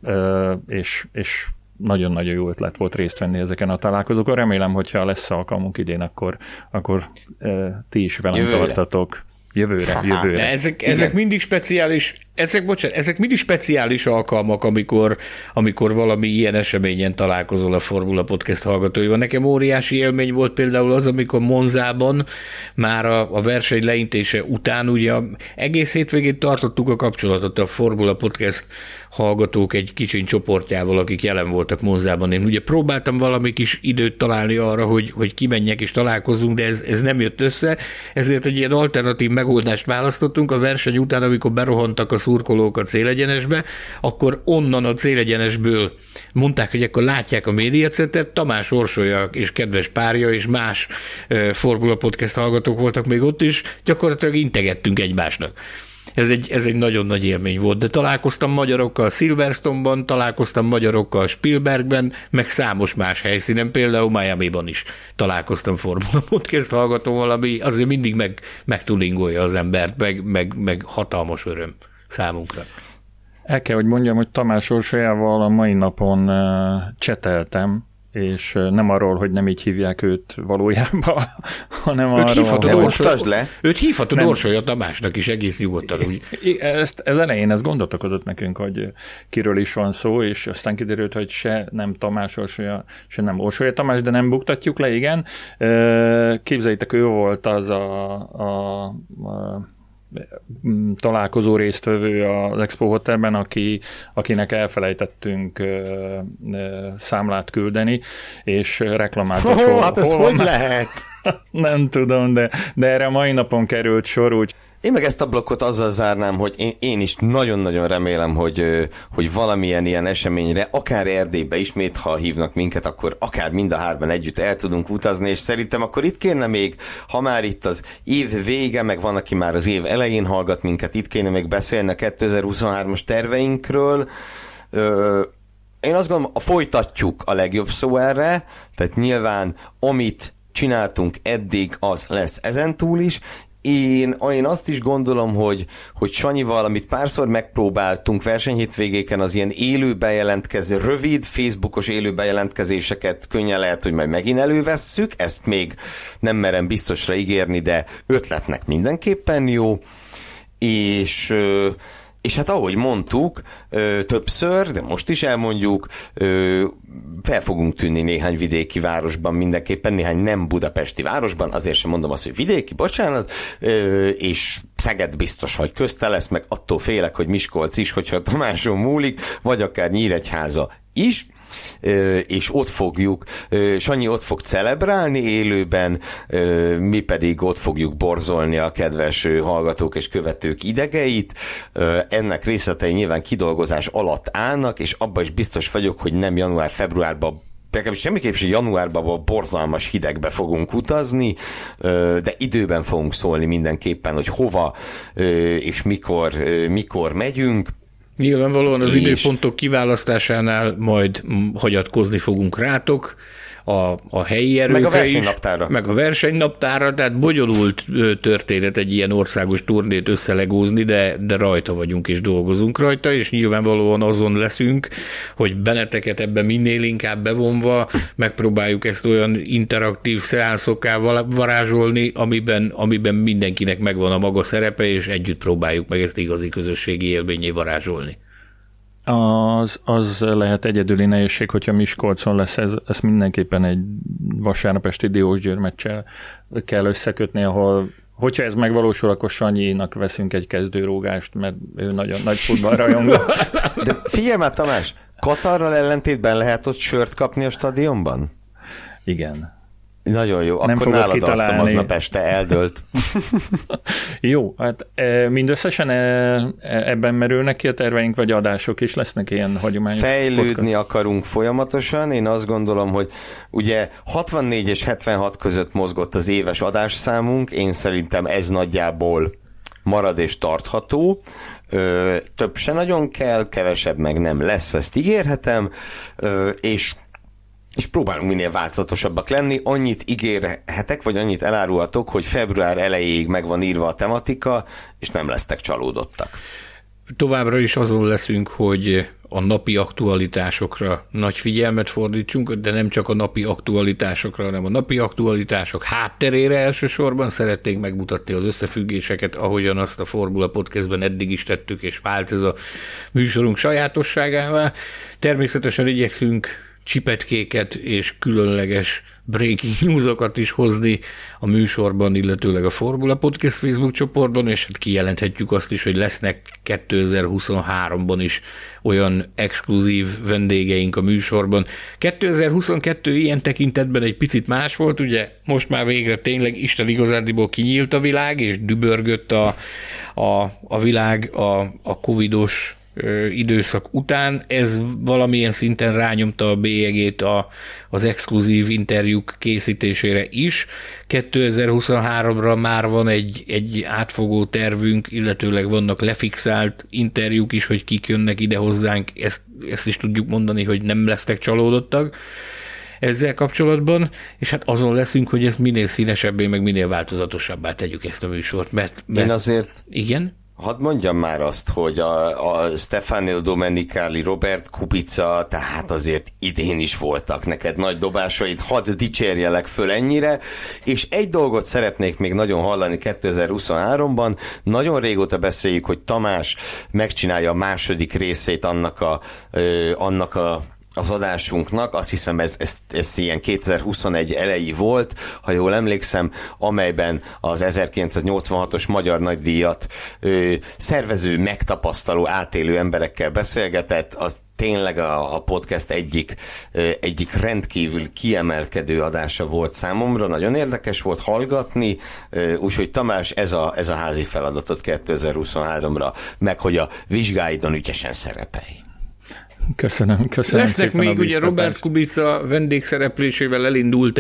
és nagyon-nagyon jó ötlet volt részt venni ezeken a találkozókon. Remélem, hogyha lesz alkalmunk idén, akkor ti is velem tartatok. Jövőre. Ezek mindig speciális, ezek mindig speciális alkalmak, amikor valami ilyen eseményen találkozol a Formula Podcast hallgatóival. Nekem óriási élmény volt például az, amikor Monzában már a verseny leintése után, ugye egész hétvégén tartottuk a kapcsolatot a Formula Podcast hallgatók egy kicsiny csoportjával, akik jelen voltak Monzában. Én ugye próbáltam valami kis időt találni arra, hogy kimenjek és találkozzunk, de ez nem jött össze, ezért egy ilyen alternatív megoldást választottunk. A verseny után, amikor berohantak a szurkolók a célegyenesbe, akkor onnan a célegyenesből mondták, hogy akkor látják a médiacetet, Tamás Orsolya és kedves párja és más Formula Podcast hallgatók voltak még ott is, gyakorlatilag integettünk egymásnak. Ez egy nagyon nagy élmény volt, de találkoztam magyarokkal Silverstone-ban, találkoztam magyarokkal Spielbergben, meg számos más helyszínen, például Miamiban is találkoztam Formula Podcast hallgatóval, ami azért mindig megtulingolja az embert, meg hatalmas öröm számunkra. El kell, hogy mondjam, hogy Tamás Orsolyával a mai napon cseteltem, és nem arról, hogy nem így hívják őt valójában, hanem Őt hívhatod Orsolya Tamásnak is egész nyugodtan. Ez elején ezt gondot okozott nekünk, hogy kiről is van szó, és aztán kiderült, hogy se nem Tamás Orsolya, se nem Orsolya Tamás, de nem buktatjuk le, igen. Képzeljétek, ő volt az a találkozó résztvevő az Expo Hotelben, akinek elfelejtettünk számlát küldeni, és reklamált, hát ez hogy lehet? Nem tudom, de erre a mai napon került sor, úgy. Én meg ezt a blokkot azzal zárnám, hogy én is nagyon-nagyon remélem, hogy valamilyen ilyen eseményre, akár Erdélybe ismét, ha hívnak minket, akkor akár mind a hárman együtt el tudunk utazni, és szerintem akkor itt kéne még, ha már itt az év vége, meg van, aki már az év elején hallgat minket, itt kéne még beszélni a 2023-as terveinkről. Én azt gondolom, folytatjuk a legjobb szó erre, tehát nyilván amit csináltunk eddig, az lesz ezentúl is. Én azt is gondolom, hogy Sanyival, amit párszor megpróbáltunk versenyhétvégéken, az ilyen élő bejelentkező, rövid Facebookos élő bejelentkezéseket könnyen lehet, hogy majd megint elővesszük, ezt még nem merem biztosra ígérni, de ötletnek mindenképpen jó, és hát ahogy mondtuk többször, de most is elmondjuk, fel fogunk tűnni néhány vidéki városban mindenképpen, néhány nem budapesti városban, azért sem mondom azt, hogy vidéki, bocsánat, és Szeged biztos, hogy közte lesz, meg attól félek, hogy Miskolc is, hogyha Tamáson múlik, vagy akár Nyíregyháza is, és ott fogjuk, Sanyi ott fog celebrálni élőben, mi pedig ott fogjuk borzolni a kedves hallgatók és követők idegeit. Ennek részletei nyilván kidolgozás alatt állnak, és abban is biztos vagyok, hogy nem január-februárban, legalábbis semmiképp sem januárban a borzalmas hidegbe fogunk utazni, de időben fogunk szólni mindenképpen, hogy hova és mikor megyünk. Nyilvánvalóan az időpontok kiválasztásánál majd hagyatkozni fogunk rátok, a helyi erőkre meg a versenynaptára. Meg a versenynaptára, tehát bonyolult történet egy ilyen országos turnét összelegózni, de rajta vagyunk és dolgozunk rajta, és nyilvánvalóan azon leszünk, hogy benneteket ebben minél inkább bevonva megpróbáljuk ezt olyan interaktív szeánszokká varázsolni, amiben mindenkinek megvan a maga szerepe, és együtt próbáljuk meg ezt igazi közösségi élményé varázsolni. Az lehet egyedüli nehézség, hogyha Miskolcon lesz, ez mindenképpen egy vasárnap esti Diósgyőr meccsel kell összekötni, ahol, hogyha ez megvalósul, akkor Sanyinak veszünk egy kezdőrógást, mert ő nagyon nagy futballrajongó. De figyelj már, Tamás, Katarral ellentétben lehet ott sört kapni a stadionban? Igen. Nagyon jó, akkor nálad alszom aznap este, eldőlt. Jó, hát mindösszesen ebben merülnek ki a terveink, vagy adások is lesznek ilyen hagyományos? Fejlődni podcast? Akarunk folyamatosan, én azt gondolom, hogy ugye 64 és 76 között mozgott az éves adásszámunk, én szerintem ez nagyjából marad és tartható, több se nagyon kell, kevesebb meg nem lesz, ezt ígérhetem, és próbálunk minél változatosabbak lenni. Annyit ígérhetek, vagy annyit elárulhatok, hogy február elejéig meg van írva a tematika, és nem lesztek csalódottak. Továbbra is azon leszünk, hogy a napi aktualitásokra nagy figyelmet fordítsunk, de nem csak a napi aktualitásokra, hanem a napi aktualitások hátterére elsősorban szeretnénk megmutatni az összefüggéseket, ahogyan azt a Formula Podcastben eddig is tettük, és vált ez a műsorunk sajátosságává. Természetesen igyekszünk csipetkéket és különleges breaking newsokat is hozni a műsorban, illetőleg a Formula Podcast Facebook csoportban, és hát kijelenthetjük azt is, hogy lesznek 2023-ban is olyan exkluzív vendégeink a műsorban. 2022 ilyen tekintetben egy picit más volt, ugye most már végre tényleg Isten igazándiból kinyílt a világ, és dübörgött a világ a covidos időszak után. Ez valamilyen szinten rányomta a bélyegét az exkluzív interjúk készítésére is. 2023-ra már van egy átfogó tervünk, illetőleg vannak lefixált interjúk is, hogy kik jönnek ide hozzánk, ezt is tudjuk mondani, hogy nem lesztek csalódottak ezzel kapcsolatban, és hát azon leszünk, hogy ezt minél színesebbé, meg minél változatosabbá tegyük ezt a műsort, mert én azért... Igen? Hadd mondjam már azt, hogy a Stefano Domenicali, Robert Kubica, tehát azért idén is voltak neked nagy dobásaid, hadd dicsérjelek föl ennyire, és egy dolgot szeretnék még nagyon hallani 2023-ban, nagyon régóta beszéljük, hogy Tamás megcsinálja a második részét annak az adásunknak, azt hiszem ez ilyen 2021 elejé volt, ha jól emlékszem, amelyben az 1986-os Magyar Nagydíjat szervező, megtapasztaló, átélő emberekkel beszélgetett, az tényleg a podcast egyik rendkívül kiemelkedő adása volt számomra, nagyon érdekes volt hallgatni, úgyhogy Tamás, ez a házi feladatot 2023-ra, meg hogy a vizsgáidon ügyesen szerepelj. Köszönöm Lesznek még, ugye Robert Kubica vendégszereplésével elindult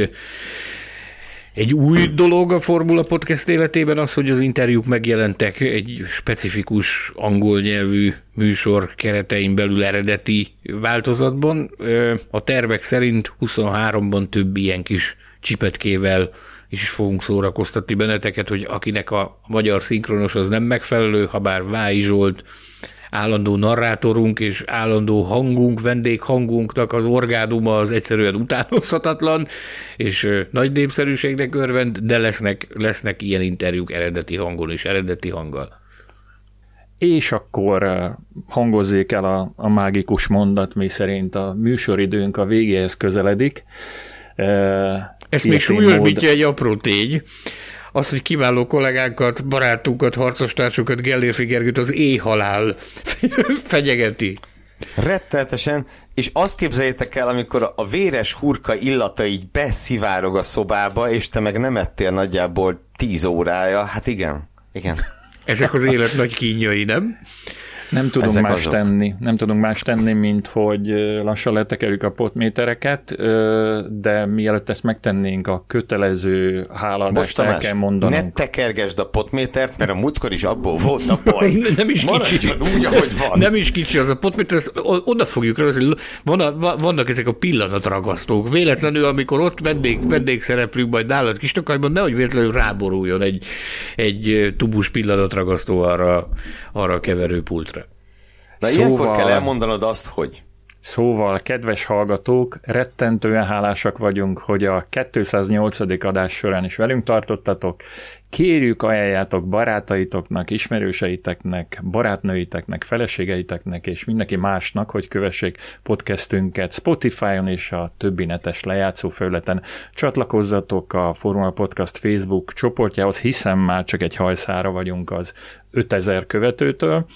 egy új dolog a Formula Podcast életében, az, hogy az interjúk megjelentek egy specifikus angol nyelvű műsor keretein belül eredeti változatban. A tervek szerint 23-ban több ilyen kis csipetkével is fogunk szórakoztatni benneteket, hogy akinek a magyar szinkronos az nem megfelelő, habár Vályi Zsolt állandó narrátorunk és állandó hangunk, vendéghangunknak az orgánuma az egyszerűen utánozhatatlan, és nagy népszerűségnek örvend, de lesznek ilyen interjúk eredeti hangon és eredeti hanggal. És akkor hangozzék el a mágikus mondat, mi szerint a műsoridőnk a végéhez közeledik. Ezt még súlyosbítja egy apró tény. Az, hogy kiváló kollégánkat, barátunkat, harcostársukat, Gellérfi Gergőt az éhhalál fenyegeti. Rettenetesen, és azt képzeljétek el, amikor a véres hurka illata így beszivárog a szobába, és te meg nem ettél nagyjából 10 órája. Hát igen. Ezek az élet nagy kínjai, nem? Nem tudunk más tenni, mint hogy lassan letekerjük a potmétereket, de mielőtt ezt megtennénk, a kötelező hálaadást el kell mondanunk. Ne tekergesd a potmétert, mert a múltkor is abból volt a baj. Nem is kicsi. Úgy, ahogy van. Nem is kicsi az a potméter, oda fogjuk rá, vannak ezek a pillanatragasztók. Véletlenül, amikor ott vendégszereplünk majd nálad Kistakajban, nehogy véletlenül ráboruljon egy tubus pillanatragasztó arra a keverőpultra. Na ilyenkor kell elmondanod azt, hogy... Szóval, kedves hallgatók, rettentően hálásak vagyunk, hogy a 208. adás során is velünk tartottatok. Kérjük, ajánljátok barátaitoknak, ismerőseiteknek, barátnőiteknek, feleségeiteknek és mindenki másnak, hogy kövessék podcastünket Spotify-on és a többi netes lejátszófelületen. Csatlakozzatok a Formula Podcast Facebook csoportjához, hiszen már csak egy hajszára vagyunk az 5000 követőtől.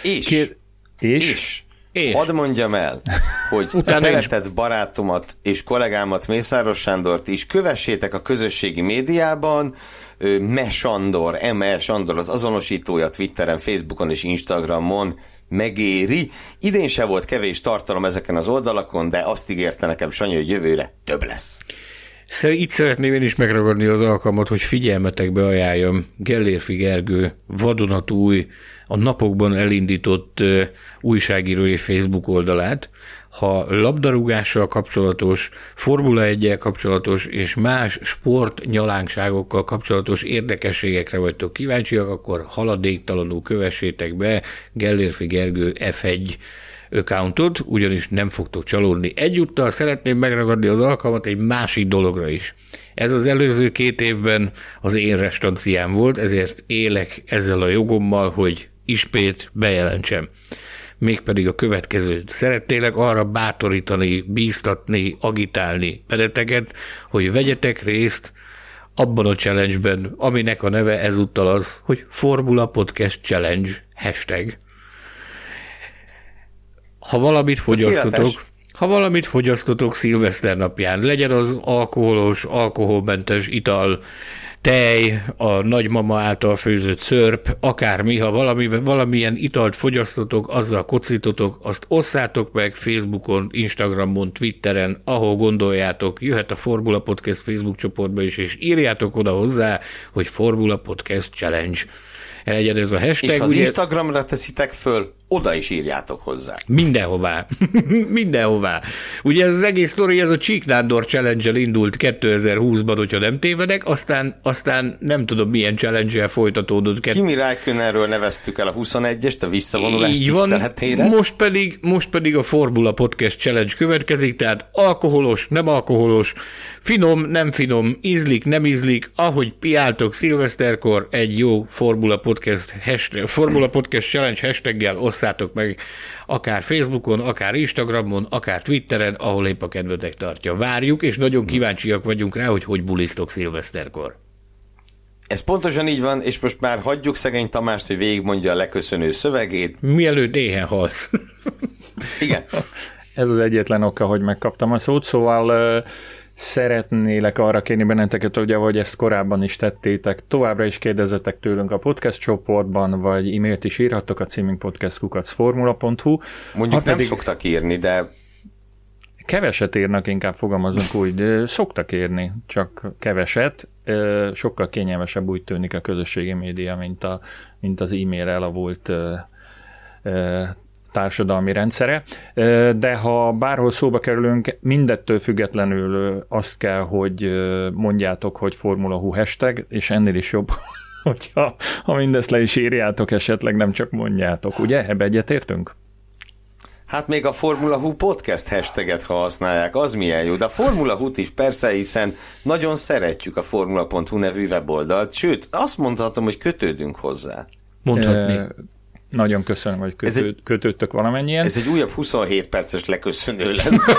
És hadd mondjam el, hogy szeretett barátomat és kollégámat, Mészáros Sándort is kövessétek a közösségi médiában, Mesandor, MR Sándor az azonosítója Twitteren, Facebookon és Instagramon, megéri. Idén se volt kevés tartalom ezeken az oldalakon, de azt ígérte nekem Sanyi, hogy jövőre több lesz. Itt szeretném én is megragadni az alkalmat, hogy figyelmetekbe ajánljam Gellérfi Gergő vadonatúj, a napokban elindított újságírói Facebook oldalát. Ha labdarúgással kapcsolatos, Formula 1-jel kapcsolatos és más sportnyalánkságokkal kapcsolatos érdekességekre vagytok kíváncsiak, akkor haladéktalanul kövessétek be Gellérfi Gergő F1 accountot, ugyanis nem fogtok csalódni. Egyúttal szeretném megragadni az alkalmat egy másik dologra is. Ez az előző 2 évben az én restanciám volt, ezért élek ezzel a jogommal, hogy ismét bejelentsem. Mégpedig a következőt. Szeretnélek arra bátorítani, bíztatni, agitálni benneteket, hogy vegyetek részt abban a challenge-ben, aminek a neve ezúttal az, hogy Formula Podcast Challenge #. Ha valamit fogyasztotok szilveszter napján, legyen az alkoholos, alkoholmentes ital, tej, a nagymama által főzött szörp, akármi, ha valamilyen italt fogyasztotok, azzal kocítotok, azt osszátok meg Facebookon, Instagramon, Twitteren, ahol gondoljátok, jöhet a Formula Podcast Facebook csoportba is, és írjátok oda hozzá, hogy Formula Podcast Challenge. Legyen ez a hashtag. És ha az Instagramra teszitek föl, oda is írjátok hozzá. Mindenhová. Mindenhová. Ugye ez az egész sztori, ez a Csíknándor challenge-el indult 2020-ban, hogyha nem tévedek, aztán nem tudom milyen challenge-el folytatódott. Kimi Räikkönenről neveztük el a 21-est, a visszavonulás tiszteletére. Most pedig a Formula Podcast Challenge következik, tehát alkoholos, nem alkoholos, finom, nem finom, ízlik, nem ízlik, ahogy piáltok szilveszterkor, egy jó Formula Podcast Formula Podcast Challenge hashtaggel osszátok meg akár Facebookon, akár Instagramon, akár Twitteren, ahol épp a kedvetek tartja. Várjuk, és nagyon kíváncsiak vagyunk rá, hogy bulisztok szilveszterkor. Ez pontosan így van, és most már hagyjuk szegény Tamást, hogy végigmondja a leköszönő szövegét. Mielőtt éhen halsz. Igen. Ez az egyetlen oka, hogy megkaptam a szót, szóval szeretnélek arra kérni benneteket, ugye, hogy ezt korábban is tettétek, továbbra is kérdezzetek tőlünk a podcast csoportban, vagy e-mailt is írhattok a címünk podcast@formula.hu. Mondjuk nem szoktak írni, de... Keveset írnak, inkább fogalmazunk úgy, de szoktak írni, csak keveset. Sokkal kényelmesebb úgy tűnik a közösségi média, mint az e-mail elavult társadalmi rendszere, de ha bárhol szóba kerülünk, mindettől függetlenül azt kell, hogy mondjátok, hogy Formula Hu hashtag, és ennél is jobb, hogyha mindezt le is írjátok, esetleg nem csak mondjátok, ugye? Ebbe egyetértünk? Hát még a Formula Hu podcast hashtaget, ha használják, az milyen jó. De a Formula Hut is persze, hiszen nagyon szeretjük a formula.hu nevű weboldalt, sőt, azt mondhatom, hogy kötődünk hozzá. Mondhatni. Nagyon köszönöm, hogy kötődtök valamennyien. Ez egy újabb 27 perces leköszönő lesz.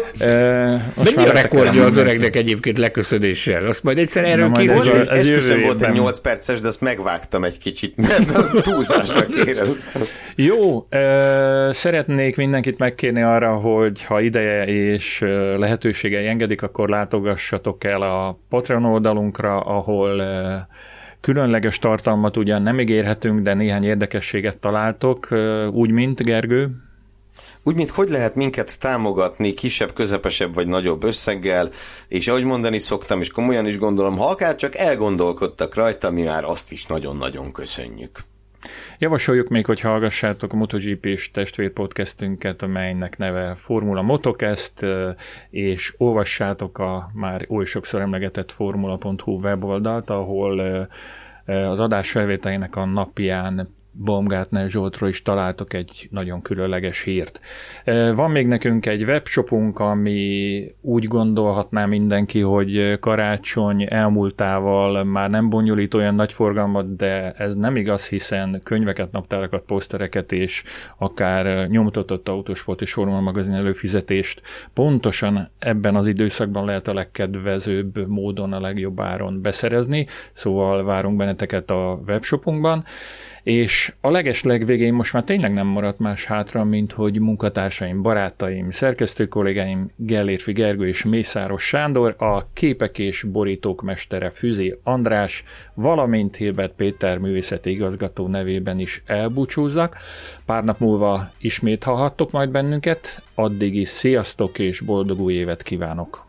De mi a rekordja az öregnek egyébként leköszönéssel? Azt majd egyszer erről készítjük. Esküszöm volt egy 8 perces, de azt megvágtam egy kicsit, mert azt túlzásnak éreztem. Jó, szeretnék mindenkit megkérni arra, hogy ha ideje és lehetőségei engedik, akkor látogassatok el a Patreon oldalunkra, ahol különleges tartalmat ugyan nem ígérhetünk, de néhány érdekességet találtok, úgy, mint Gergő. Úgy, mint hogy lehet minket támogatni kisebb, közepesebb vagy nagyobb összeggel, és ahogy mondani szoktam, és komolyan is gondolom, ha akár csak elgondolkodtak rajta, mi már azt is nagyon-nagyon köszönjük. Javasoljuk még, hogy hallgassátok a MotoGP-s testvérpodcastünket, amelynek neve Formula Motocast, és olvassátok a már oly sokszor emlegetett formula.hu weboldalt, ahol az adás felvételének a napján Baumgartner Zsoltról is találtok egy nagyon különleges hírt. Van még nekünk egy webshopunk, ami úgy gondolhatná mindenki, hogy karácsony elmúltával már nem bonyolít olyan nagy forgalmat, de ez nem igaz, hiszen könyveket, naptárakat, posztereket és akár nyomtatott autósport és Formula magazin előfizetést pontosan ebben az időszakban lehet a legkedvezőbb módon, a legjobb áron beszerezni, szóval várunk benneteket a webshopunkban. És a legesleg végén most már tényleg nem maradt más hátra, mint hogy munkatársaim, barátaim, szerkesztő kollégáim Gellérfi Gergő és Mészáros Sándor, a képek és borítók mestere Füzé András, valamint Hilbert Péter művészeti igazgató nevében is elbúcsúzzak. Pár nap múlva ismét hallhattok majd bennünket, addig is sziasztok és boldog új évet kívánok!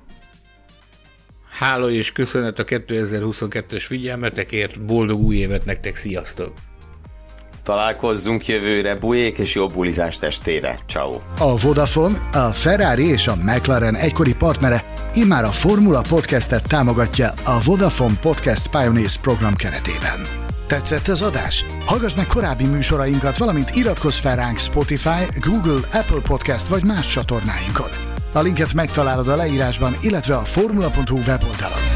Hála és köszönet a 2022-es figyelmetekért, boldog új évet nektek, sziasztok! Találkozzunk jövőre, bujék és jobb bulizást estére. Ciao. A Vodafone, a Ferrari és a McLaren egykori partnere immár a Formula Podcastet támogatja a Vodafone Podcast Pioneers program keretében. Tetszett az adás? Hallgass meg korábbi műsorainkat, valamint iratkozz fel ránk Spotify, Google, Apple Podcast vagy más csatornáinkon. A linket megtalálod a leírásban, illetve a formula.hu weboldalon.